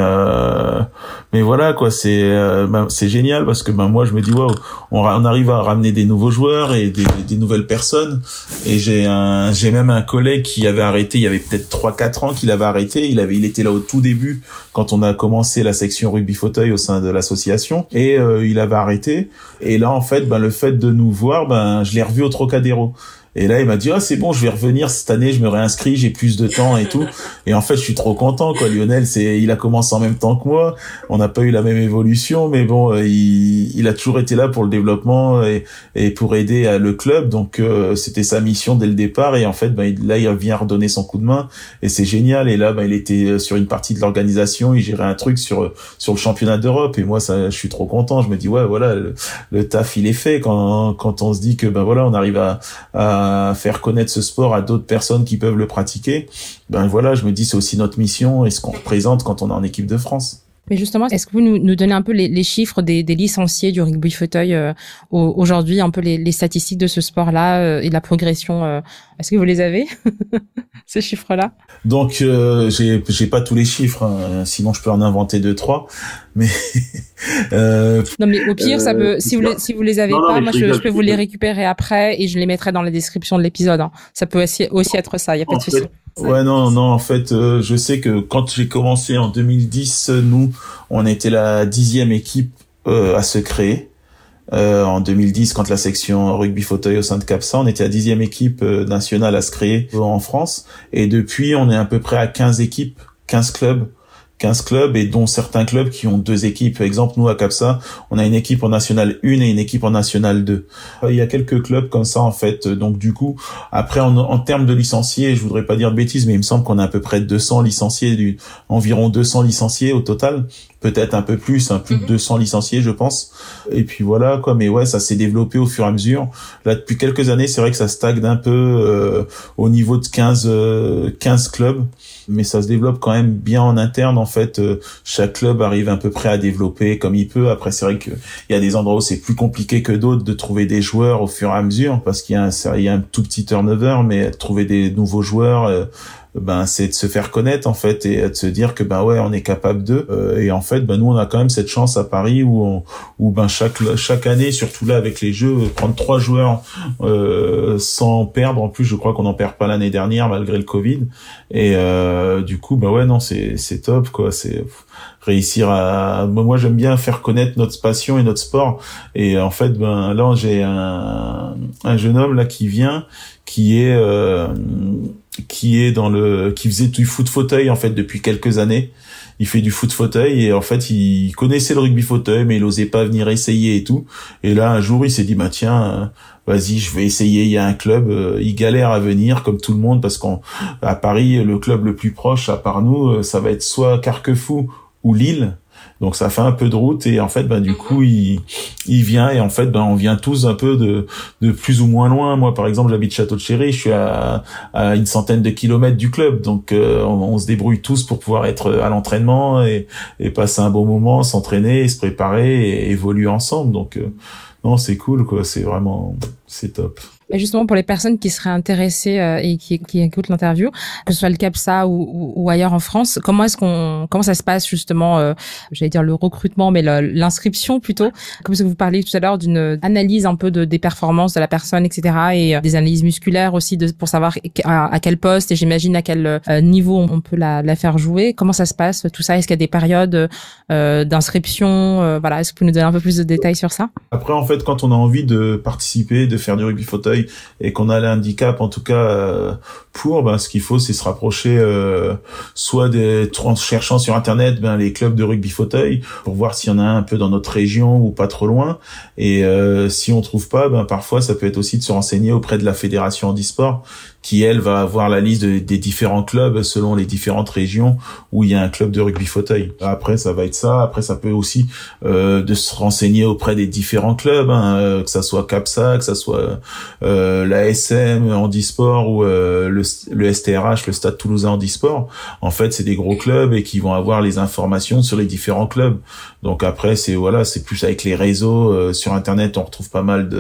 voilà, quoi. C'est génial parce que moi, je me dis waouh, on arrive à ramener des nouveaux joueurs et des nouvelles personnes. Et j'ai même un collègue qui avait arrêté il y avait peut-être 3-4 ans, qu'il avait arrêté. Il était là au tout début quand on a commencé la section rugby fauteuil au sein de l'association, et il avait arrêté. Et là, en fait, le fait de nous voir, je l'ai revu au Trocadéro. Et là, il m'a dit, c'est bon, je vais revenir cette année, je me réinscris, j'ai plus de temps et tout. Et en fait, je suis trop content, quoi. Lionel, il a commencé en même temps que moi. On n'a pas eu la même évolution, mais bon, il a toujours été là pour le développement et pour aider le club. Donc, c'était sa mission dès le départ. Et en fait, là, il vient redonner son coup de main. Et c'est génial. Et là, il était sur une partie de l'organisation. Il gérait un truc sur le championnat d'Europe. Et moi, je suis trop content. Je me dis, ouais, voilà, le taf, il est fait quand on se dit que, on arrive à faire connaître ce sport à d'autres personnes qui peuvent le pratiquer. Voilà, je me dis c'est aussi notre mission et ce qu'on représente quand on est en équipe de France. Mais justement, est-ce que vous nous donnez un peu les chiffres des licenciés du rugby fauteuil aujourd'hui, un peu les statistiques de ce sport-là et de la progression? Est-ce que vous les avez, ces chiffres-là? Donc, j'ai pas tous les chiffres, sinon je peux en inventer 2-3. Mais non, mais au pire, ça peut. Si vous les avez pas, moi je peux vous les récupérer après et je les mettrai dans la description de l'épisode. Ça peut aussi être ça. Il y a pas de souci. Ouais, non, en fait, je sais que quand j'ai commencé en 2010, nous, on était la 10e équipe à se créer. En 2010, quand la section rugby fauteuil au sein de CAPSA, on était la 10e équipe nationale à se créer en France. Et depuis, on est à peu près à 15 équipes, 15 clubs, et dont certains clubs qui ont 2 équipes. Par exemple, nous, à CAPSA, on a une équipe en National 1 et une équipe en National 2. Il y a quelques clubs comme ça, en fait. Donc, du coup, après, en termes de licenciés, je voudrais pas dire de bêtises, mais il me semble qu'on a à peu près 200 licenciés, environ 200 licenciés au total. Peut-être un peu plus, plus de 200 licenciés, je pense. Et puis voilà, quoi. Mais ouais, ça s'est développé au fur et à mesure. Là, depuis quelques années, c'est vrai que ça stagne un peu au niveau de 15 clubs. Mais ça se développe quand même bien en interne. En fait, chaque club arrive à peu près à développer comme il peut. Après, c'est vrai qu'il y a des endroits où c'est plus compliqué que d'autres de trouver des joueurs au fur et à mesure parce qu'il y a un tout petit turnover, mais trouver des nouveaux joueurs, c'est de se faire connaître en fait et de se dire que ouais, on est capable d'eux. Et en fait, nous on a quand même cette chance à Paris où chaque année, surtout là avec les Jeux, prendre 3 joueurs sans perdre. En plus, je crois qu'on n'en perd pas l'année dernière malgré le Covid. Et du coup, ouais, non, c'est top quoi. C'est réussir à. Moi, j'aime bien faire connaître notre passion et notre sport. Et en fait, là, j'ai un jeune homme là qui vient, qui faisait du foot fauteuil en fait depuis quelques années. Il fait du foot fauteuil et en fait il connaissait le rugby fauteuil mais il osait pas venir essayer et tout. Et là un jour il s'est dit tiens, vas-y, je vais essayer. Il y a un club, il galère à venir comme tout le monde parce qu'à Paris le club le plus proche à part nous, ça va être soit Carquefou ou Lille. Donc ça fait un peu de route et en fait du coup il vient et en fait on vient tous un peu de plus ou moins loin. Moi par exemple j'habite Château-de-Chéry, je suis à une centaine de kilomètres du club, donc on se débrouille tous pour pouvoir être à l'entraînement et passer un bon moment, s'entraîner, se préparer et évoluer ensemble. Donc non, c'est cool quoi, c'est top. Et justement, pour les personnes qui seraient intéressées et qui écoutent l'interview, que ce soit le CAPSA ou ailleurs en France, comment ça se passe justement, j'allais dire le recrutement, mais l'inscription plutôt. Comme ce que vous parliez tout à l'heure d'une analyse un peu des performances de la personne, etc. Et des analyses musculaires aussi pour savoir à quel poste et j'imagine à quel niveau on peut la faire jouer. Comment ça se passe tout ça? Est-ce qu'il y a des périodes d'inscription? Voilà, est-ce que vous pouvez nous donner un peu plus de détails sur ça? Après, en fait, quand on a envie de participer, de faire du rugby fauteuil et qu'on a l'handicap, en tout cas, ce qu'il faut, c'est se rapprocher soit en cherchant sur Internet les clubs de rugby fauteuil pour voir s'il y en a un peu dans notre région ou pas trop loin. Et si on trouve pas, parfois, ça peut être aussi de se renseigner auprès de la Fédération Handisport qui, elle, va avoir la liste des différents clubs selon les différentes régions où il y a un club de rugby fauteuil. Après, ça va être ça. Après, ça peut aussi de se renseigner auprès des différents clubs, que ça soit CAPSA, que ça soit l'ASM Handisport ou le STRH, le Stade Toulousain Handisport. En fait, c'est des gros clubs et qui vont avoir les informations sur les différents clubs. Donc après, c'est plus avec les réseaux sur Internet, on retrouve pas mal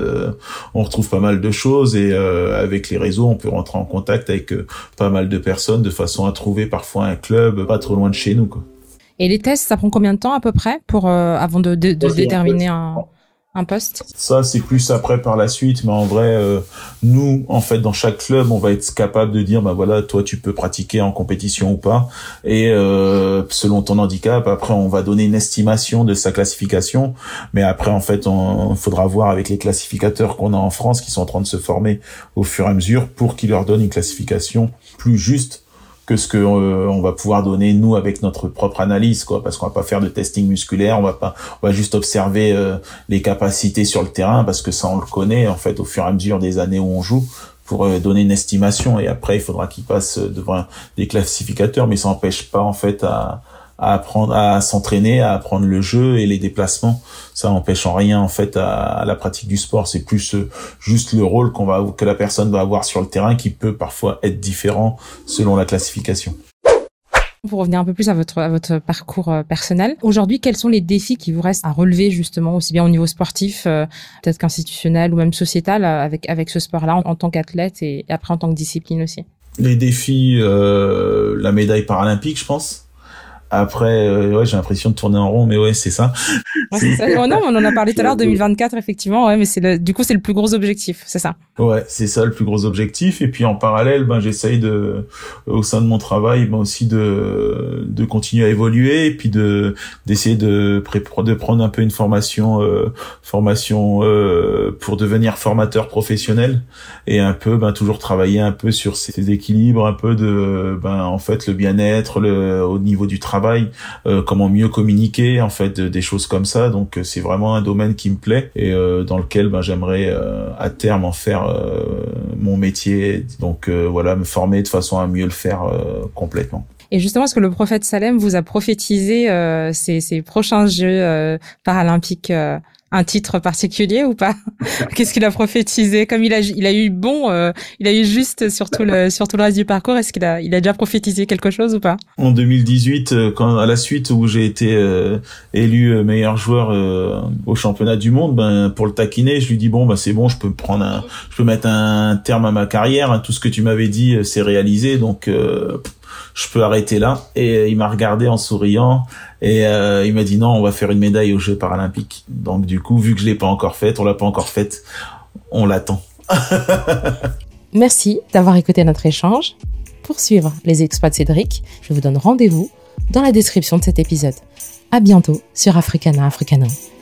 de choses et avec les réseaux, on peut rentrer en contact avec pas mal de personnes de façon à trouver parfois un club pas trop loin de chez nous, quoi. Et les tests, ça prend combien de temps à peu près avant de déterminer un poste? Ça, c'est plus après par la suite, mais en vrai, nous, en fait, dans chaque club, on va être capable de dire, voilà, toi, tu peux pratiquer en compétition ou pas, et selon ton handicap, après, on va donner une estimation de sa classification, mais après, en fait, on faudra voir avec les classificateurs qu'on a en France, qui sont en train de se former au fur et à mesure, pour qu'ils leur donnent une classification plus juste que ce que on va pouvoir donner nous avec notre propre analyse, quoi, parce qu'on va pas faire de testing musculaire, on va juste observer les capacités sur le terrain, parce que ça on le connaît en fait au fur et à mesure des années où on joue, pour donner une estimation, et après il faudra qu'ils passent devant des classificateurs, mais ça n'empêche pas en fait à apprendre à s'entraîner, à apprendre le jeu et les déplacements. Ça n'empêche en rien en fait à la pratique du sport. C'est plus juste le rôle que la personne va avoir sur le terrain qui peut parfois être différent selon la classification. Pour revenir un peu plus à votre parcours personnel, aujourd'hui, quels sont les défis qui vous restent à relever justement, aussi bien au niveau sportif, peut-être qu'institutionnel ou même sociétal, avec ce sport-là en tant qu'athlète et après en tant que discipline aussi? Les défis, la médaille paralympique, je pense. Après, j'ai l'impression de tourner en rond, mais ouais, c'est ça. Ouais, c'est ça. Oh non, on en a parlé tout à l'heure, 2024, effectivement, ouais, mais du coup, c'est le plus gros objectif, c'est ça. Ouais, c'est ça le plus gros objectif. Et puis en parallèle, j'essaye au sein de mon travail, aussi de continuer à évoluer et puis d'essayer de prendre un peu une formation pour devenir formateur professionnel et un peu, toujours travailler un peu sur ces équilibres, un peu en fait, le bien-être, au niveau du travail, comment mieux communiquer, en fait, des choses comme ça. Donc c'est vraiment un domaine qui me plaît et dans lequel j'aimerais à terme en faire mon métier. Donc me former de façon à mieux le faire complètement. Et justement, est-ce que le prophète Salem vous a prophétisé ces prochains Jeux paralympiques, un titre particulier ou pas? Qu'est-ce qu'il a prophétisé? Comme il a eu juste sur tout le reste du parcours, est-ce qu'il a déjà prophétisé quelque chose ou pas? En 2018, à la suite où j'ai été élu meilleur joueur au championnat du monde, pour le taquiner, je lui dis c'est bon, je peux mettre un terme à ma carrière, tout ce que tu m'avais dit c'est réalisé, donc je peux arrêter là. Et il m'a regardé en souriant et il m'a dit non, on va faire une médaille aux Jeux paralympiques. Donc du coup, vu que je l'ai pas encore faite, on l'a pas encore faite, on l'attend. Merci d'avoir écouté notre échange. Pour suivre les exploits de Cédric, je vous donne rendez-vous dans la description de cet épisode. À bientôt sur Africana Africana.